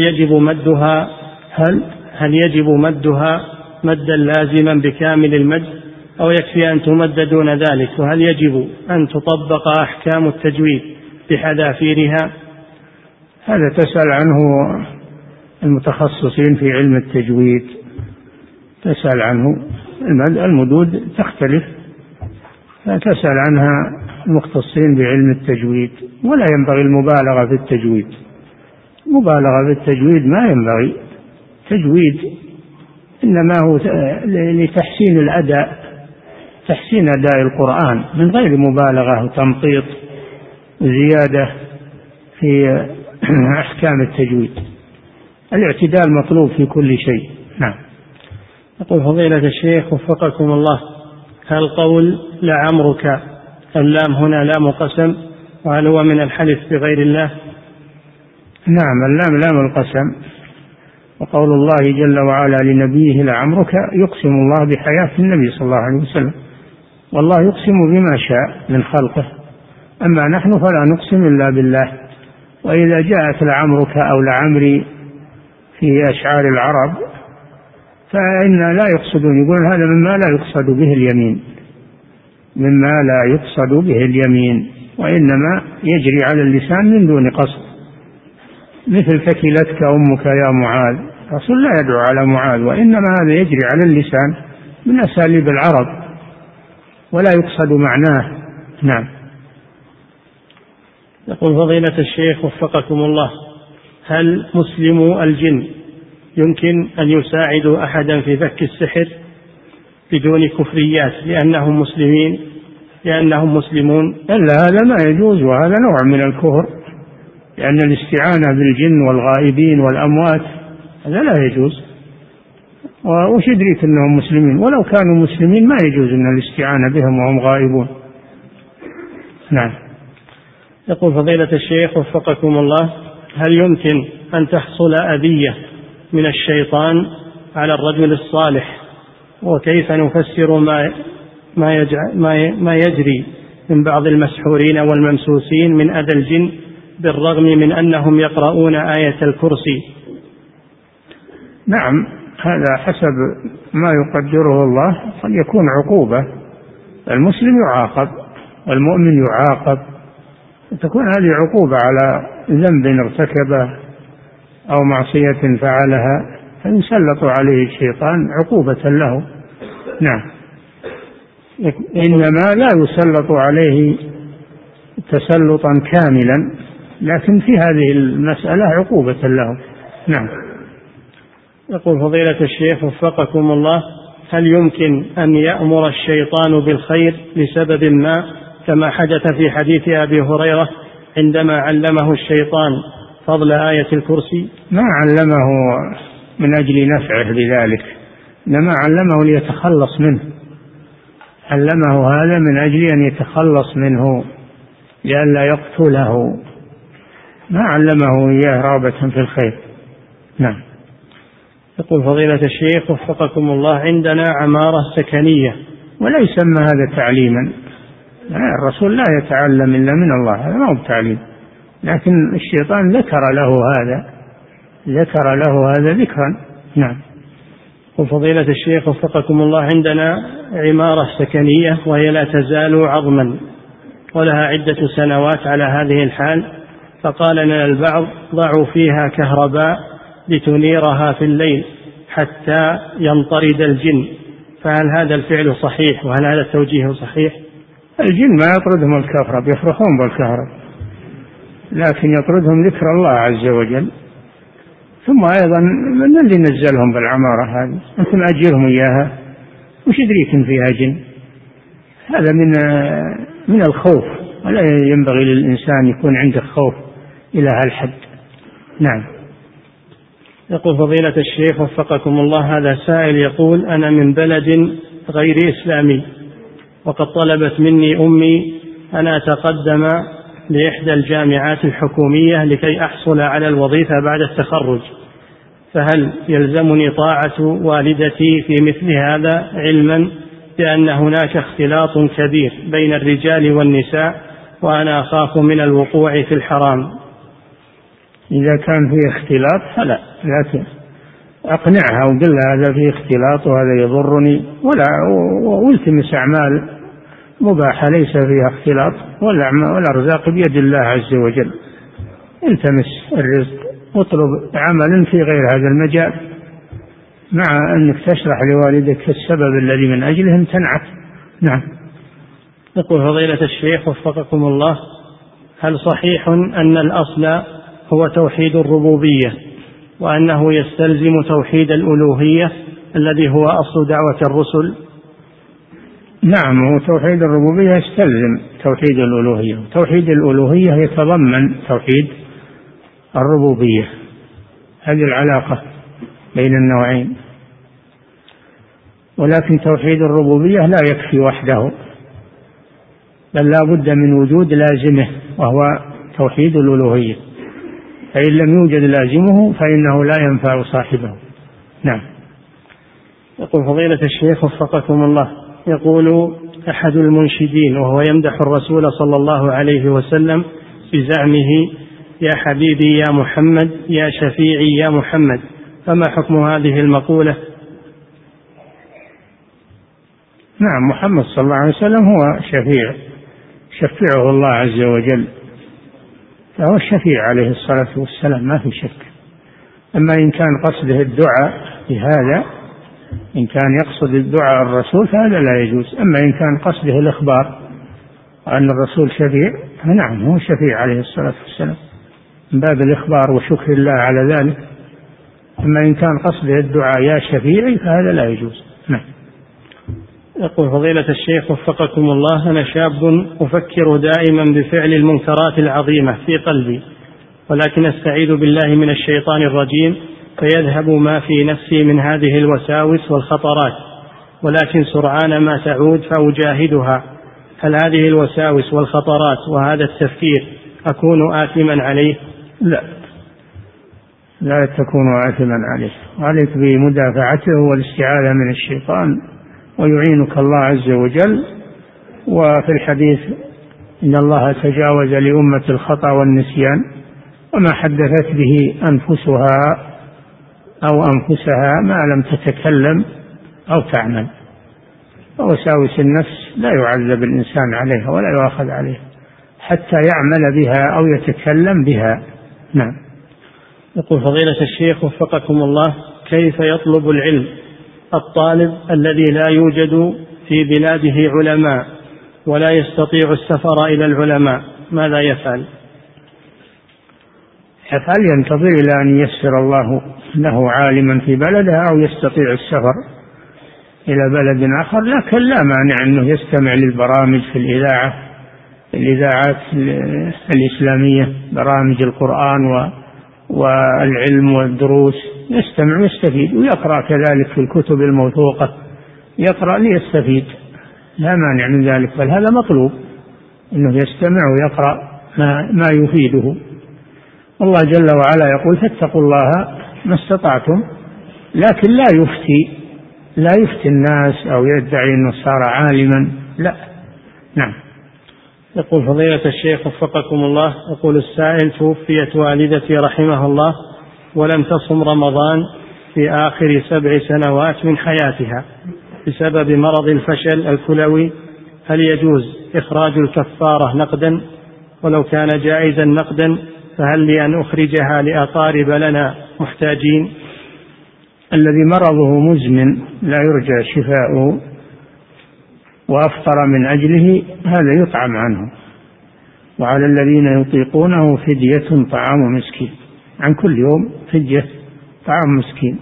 يجب مدها مدا لازما بكامل المد، أو يكفي أن تمد دون ذلك؟ وهل يجب أن تطبق أحكام التجويد بحذافيرها؟ هذا تسأل عنه المتخصصين في علم التجويد، تسأل عنه. المدود تختلف، فتسأل عنها المختصين بعلم التجويد، ولا ينبغي المبالغة في التجويد. مبالغة في التجويد ما ينبغي. تجويد إنما هو لتحسين الأداء، تحسين أداء القرآن من غير مبالغة وتمطيط وزيادة في أحكام التجويد. الاعتدال مطلوب في كل شيء. نعم. يقول فضيلة الشيخ وفقكم الله: هل قول لعمرك اللام هنا لام قسم، وهل هو من الحلف بغير الله؟ نعم، اللام لام القسم، وقول الله جل وعلا لنبيه لعمرك يقسم الله بحياة النبي صلى الله عليه وسلم، والله يقسم بما شاء من خلقه، أما نحن فلا نقسم إلا بالله. وإذا جاءت لعمرك أو لعمري في أشعار العرب فإن لا يقصدون، يقول هذا مما لا يقصد به اليمين، وإنما يجري على اللسان من دون قصد، مثل ثكلتك أمك يا معاذ. الرسول لا يدعو على معاذ، وإنما هذا يجري على اللسان من أساليب العرب ولا يقصد معناه. نعم. يقول فضيلة الشيخ وفقكم الله: هل مسلمو الجن يمكن أن يساعدوا أحدا في فك السحر بدون كفريات لأنهم مسلمون؟ إلا هذا ما يجوز، وهذا نوع من الكفر، لأن الاستعانة بالجن والغائبين والأموات هذا لا يجوز. وش يدريك أنهم مسلمين؟ ولو كانوا مسلمين ما يجوز أن الاستعانة بهم وهم غائبون. نعم. يقول فضيلة الشيخ وفقكم الله: هل يمكن أن تحصل أذية من الشيطان على الرجل الصالح؟ وكيف نفسر ما يجري من بعض المسحورين والممسوسين من أذى الجن بالرغم من أنهم يقرؤون آية الكرسي؟ نعم، هذا حسب ما يقدره الله، قد يكون عقوبة. المسلم يعاقب والمؤمن يعاقب، تكون هذه عقوبة على ذنب ارتكبه أو معصية فعلها، فيسلط عليه الشيطان عقوبة له. نعم. إنما لا يسلط عليه تسلطا كاملا، لكن في هذه المسألة عقوبة له. نعم. يقول فضيلة الشيخ وفقكم الله: هل يمكن أن يأمر الشيطان بالخير لسبب ما، كما حدث في حديث أبي هريرة عندما علمه الشيطان فضل آية الكرسي؟ ما علمه من أجل نفعه بذلك، إنما علمه ليتخلص منه، علمه هذا من أجل أن يتخلص منه لئلا يقتله، ما علمه إياه رغبة في الخير. نعم. يقول فضيلة الشيخ وفقكم الله: عندنا عمارة سكنية. ولا يسمى هذا تعليما، الرسول لا يتعلم إلا من الله، هذا ما هو تعليم، لكن الشيطان ذكر له هذا ذكرا. نعم. وفضيلة الشيخ وفقكم الله: عندنا عمارة سكنية وهي لا تزال عظما ولها عدة سنوات على هذه الحال، فقال لنا البعض: ضعوا فيها كهرباء لتنيرها في الليل حتى ينطرد الجن، فهل هذا الفعل صحيح وهل هذا التوجيه صحيح؟ الجن ما يطردهم الكهرباء، يفرحون بالكهرباء، لكن يطردهم ذكر الله عز وجل. ثم أيضا من اللي نزلهم بالعمارة هذه؟ أنتم أجرهم إياها، وش يدريكم فيها جن؟ هذا من الخوف، ولا ينبغي للإنسان يكون عنده خوف إلى هالحد. نعم. يقول فضيلة الشيخ وفقكم الله: هذا سائل يقول: أنا من بلد غير إسلامي، وقد طلبت مني أمي أن أتقدم لإحدى الجامعات الحكومية لكي أحصل على الوظيفة بعد التخرج، فهل يلزمني طاعة والدتي في مثل هذا، علما بأن هناك اختلاط كبير بين الرجال والنساء وأنا أخاف من الوقوع في الحرام؟ إذا كان فيه اختلاط فلا، لكن أقنعها وقل لها هذا فيه اختلاط وهذا يضرني، والتمس أعمال مباحة ليس فيها اختلاط، والأرزاق بيد الله عز وجل. التمس الرزق واطلب عملا في غير هذا المجال، مع أنك تشرح لوالدك السبب الذي من أجله امتنعت. نعم. يقول فضيلة الشيخ وفقكم الله: هل صحيح أن الأصل هو توحيد الربوبية، وأنه يستلزم توحيد الألوهية الذي هو أصل دعوة الرسل؟ نعم، هو توحيد الربوبية يستلزم توحيد الألوهية، توحيد الألوهية يتضمن توحيد الربوبية، هذه العلاقة بين النوعين. ولكن توحيد الربوبية لا يكفي وحده، بل لا بد من وجود لازمه وهو توحيد الألوهية، فإن لم يوجد لازمه فإنه لا ينفع صاحبه. نعم. يقول فضيلة الشيخ وفقكم الله: يقول أحد المنشدين وهو يمدح الرسول صلى الله عليه وسلم بزعمه: يا حبيبي يا محمد، يا شفيعي يا محمد، فما حكم هذه المقولة؟ نعم، محمد صلى الله عليه وسلم هو شفيعه الله عز وجل، فهو الشفيع عليه الصلاة والسلام، ما في شك. أما إن كان قصده الدعاء بهذا، إن كان يقصد الدعاء الرسول فهذا لا يجوز. أما إن كان قصده الإخبار أن الرسول شفيع، فنعم هو شفيع عليه الصلاة والسلام من باب الإخبار وشكر الله على ذلك. أما إن كان قصده الدعاء يا شفيعي فهذا لا يجوز. نعم. يقول فضيلة الشيخ وفقكم الله: أنا شاب أفكر دائما بفعل المنكرات العظيمة في قلبي، ولكن أستعيذ بالله من الشيطان الرجيم فيذهب ما في نفسي من هذه الوساوس والخطرات، ولكن سرعان ما تعود فأجاهدها. هل هذه الوساوس والخطرات وهذا التفكير أكون آثما عليه؟ لا تكون آثما عليه، عليك بمدافعته والاستعاذة من الشيطان، ويعينك الله عز وجل. وفي الحديث إن الله تجاوز لأمة الخطأ والنسيان وما حدثت به أنفسها أو أنفسها ما لم تتكلم أو تعمل. ووساوس النفس لا يعذب الإنسان عليها ولا يؤاخذ عليها حتى يعمل بها أو يتكلم بها. نعم. يقول فضيلة الشيخ وفقكم الله: كيف يطلب العلم الطالب الذي لا يوجد في بلاده علماء ولا يستطيع السفر إلى العلماء، ماذا يفعل؟ ينتظر إلى أن ييسر الله له عالما في بلده أو يستطيع السفر إلى بلد آخر، لكن لا مانع أنه يستمع للبرامج في الإذاعات الإسلامية، برامج القرآن والعلم والدروس، يستمع ويستفيد، ويقرأ كذلك في الكتب الموثوقة، يقرأ ليستفيد، لا مانع من ذلك، بل هذا مطلوب أنه يستمع ويقرأ ما يفيده. الله جل وعلا يقول: فاتقوا الله ما استطعتم، لكن لا يفتي الناس أو يدعي أنه صار عالما، لا. نعم. يقول فضيلة الشيخ وفقكم الله: يقول السائل: توفيت والدتي رحمها الله ولم تصم رمضان في آخر 7 سنوات من حياتها بسبب مرض الفشل الكلوي، هل يجوز إخراج الكفارة نقدا؟ ولو كان جائزا نقدا فهل لي أن أخرجها لأقارب لنا محتاجين؟ الذي مرضه مزمن لا يرجى شفاؤه وأفطر من أجله هذا يطعم عنه، وعلى الذين يطيقونه فدية طعام مسكين، عن كل يوم فدية طعام مسكين،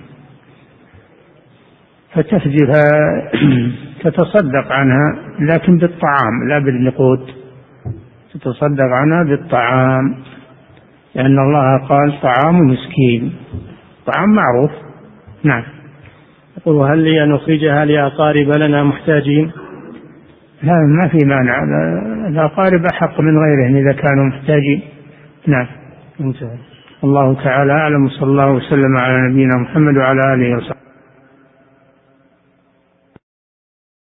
فتفديها تتصدق عنها لكن بالطعام لا بالنقود، تتصدق عنها بالطعام، لأن الله قال طعام مسكين، طعام معروف. نعم. يقول: وهل لي أن أخرجها لأقارب لنا محتاجين؟ لا، ما في مانع، الأقارب أحق من غيرهم إذا كانوا محتاجين. نعم. انتهى. الله تعالى أعلم، صلى الله وسلم على نبينا محمد وعلى آله وصحبه.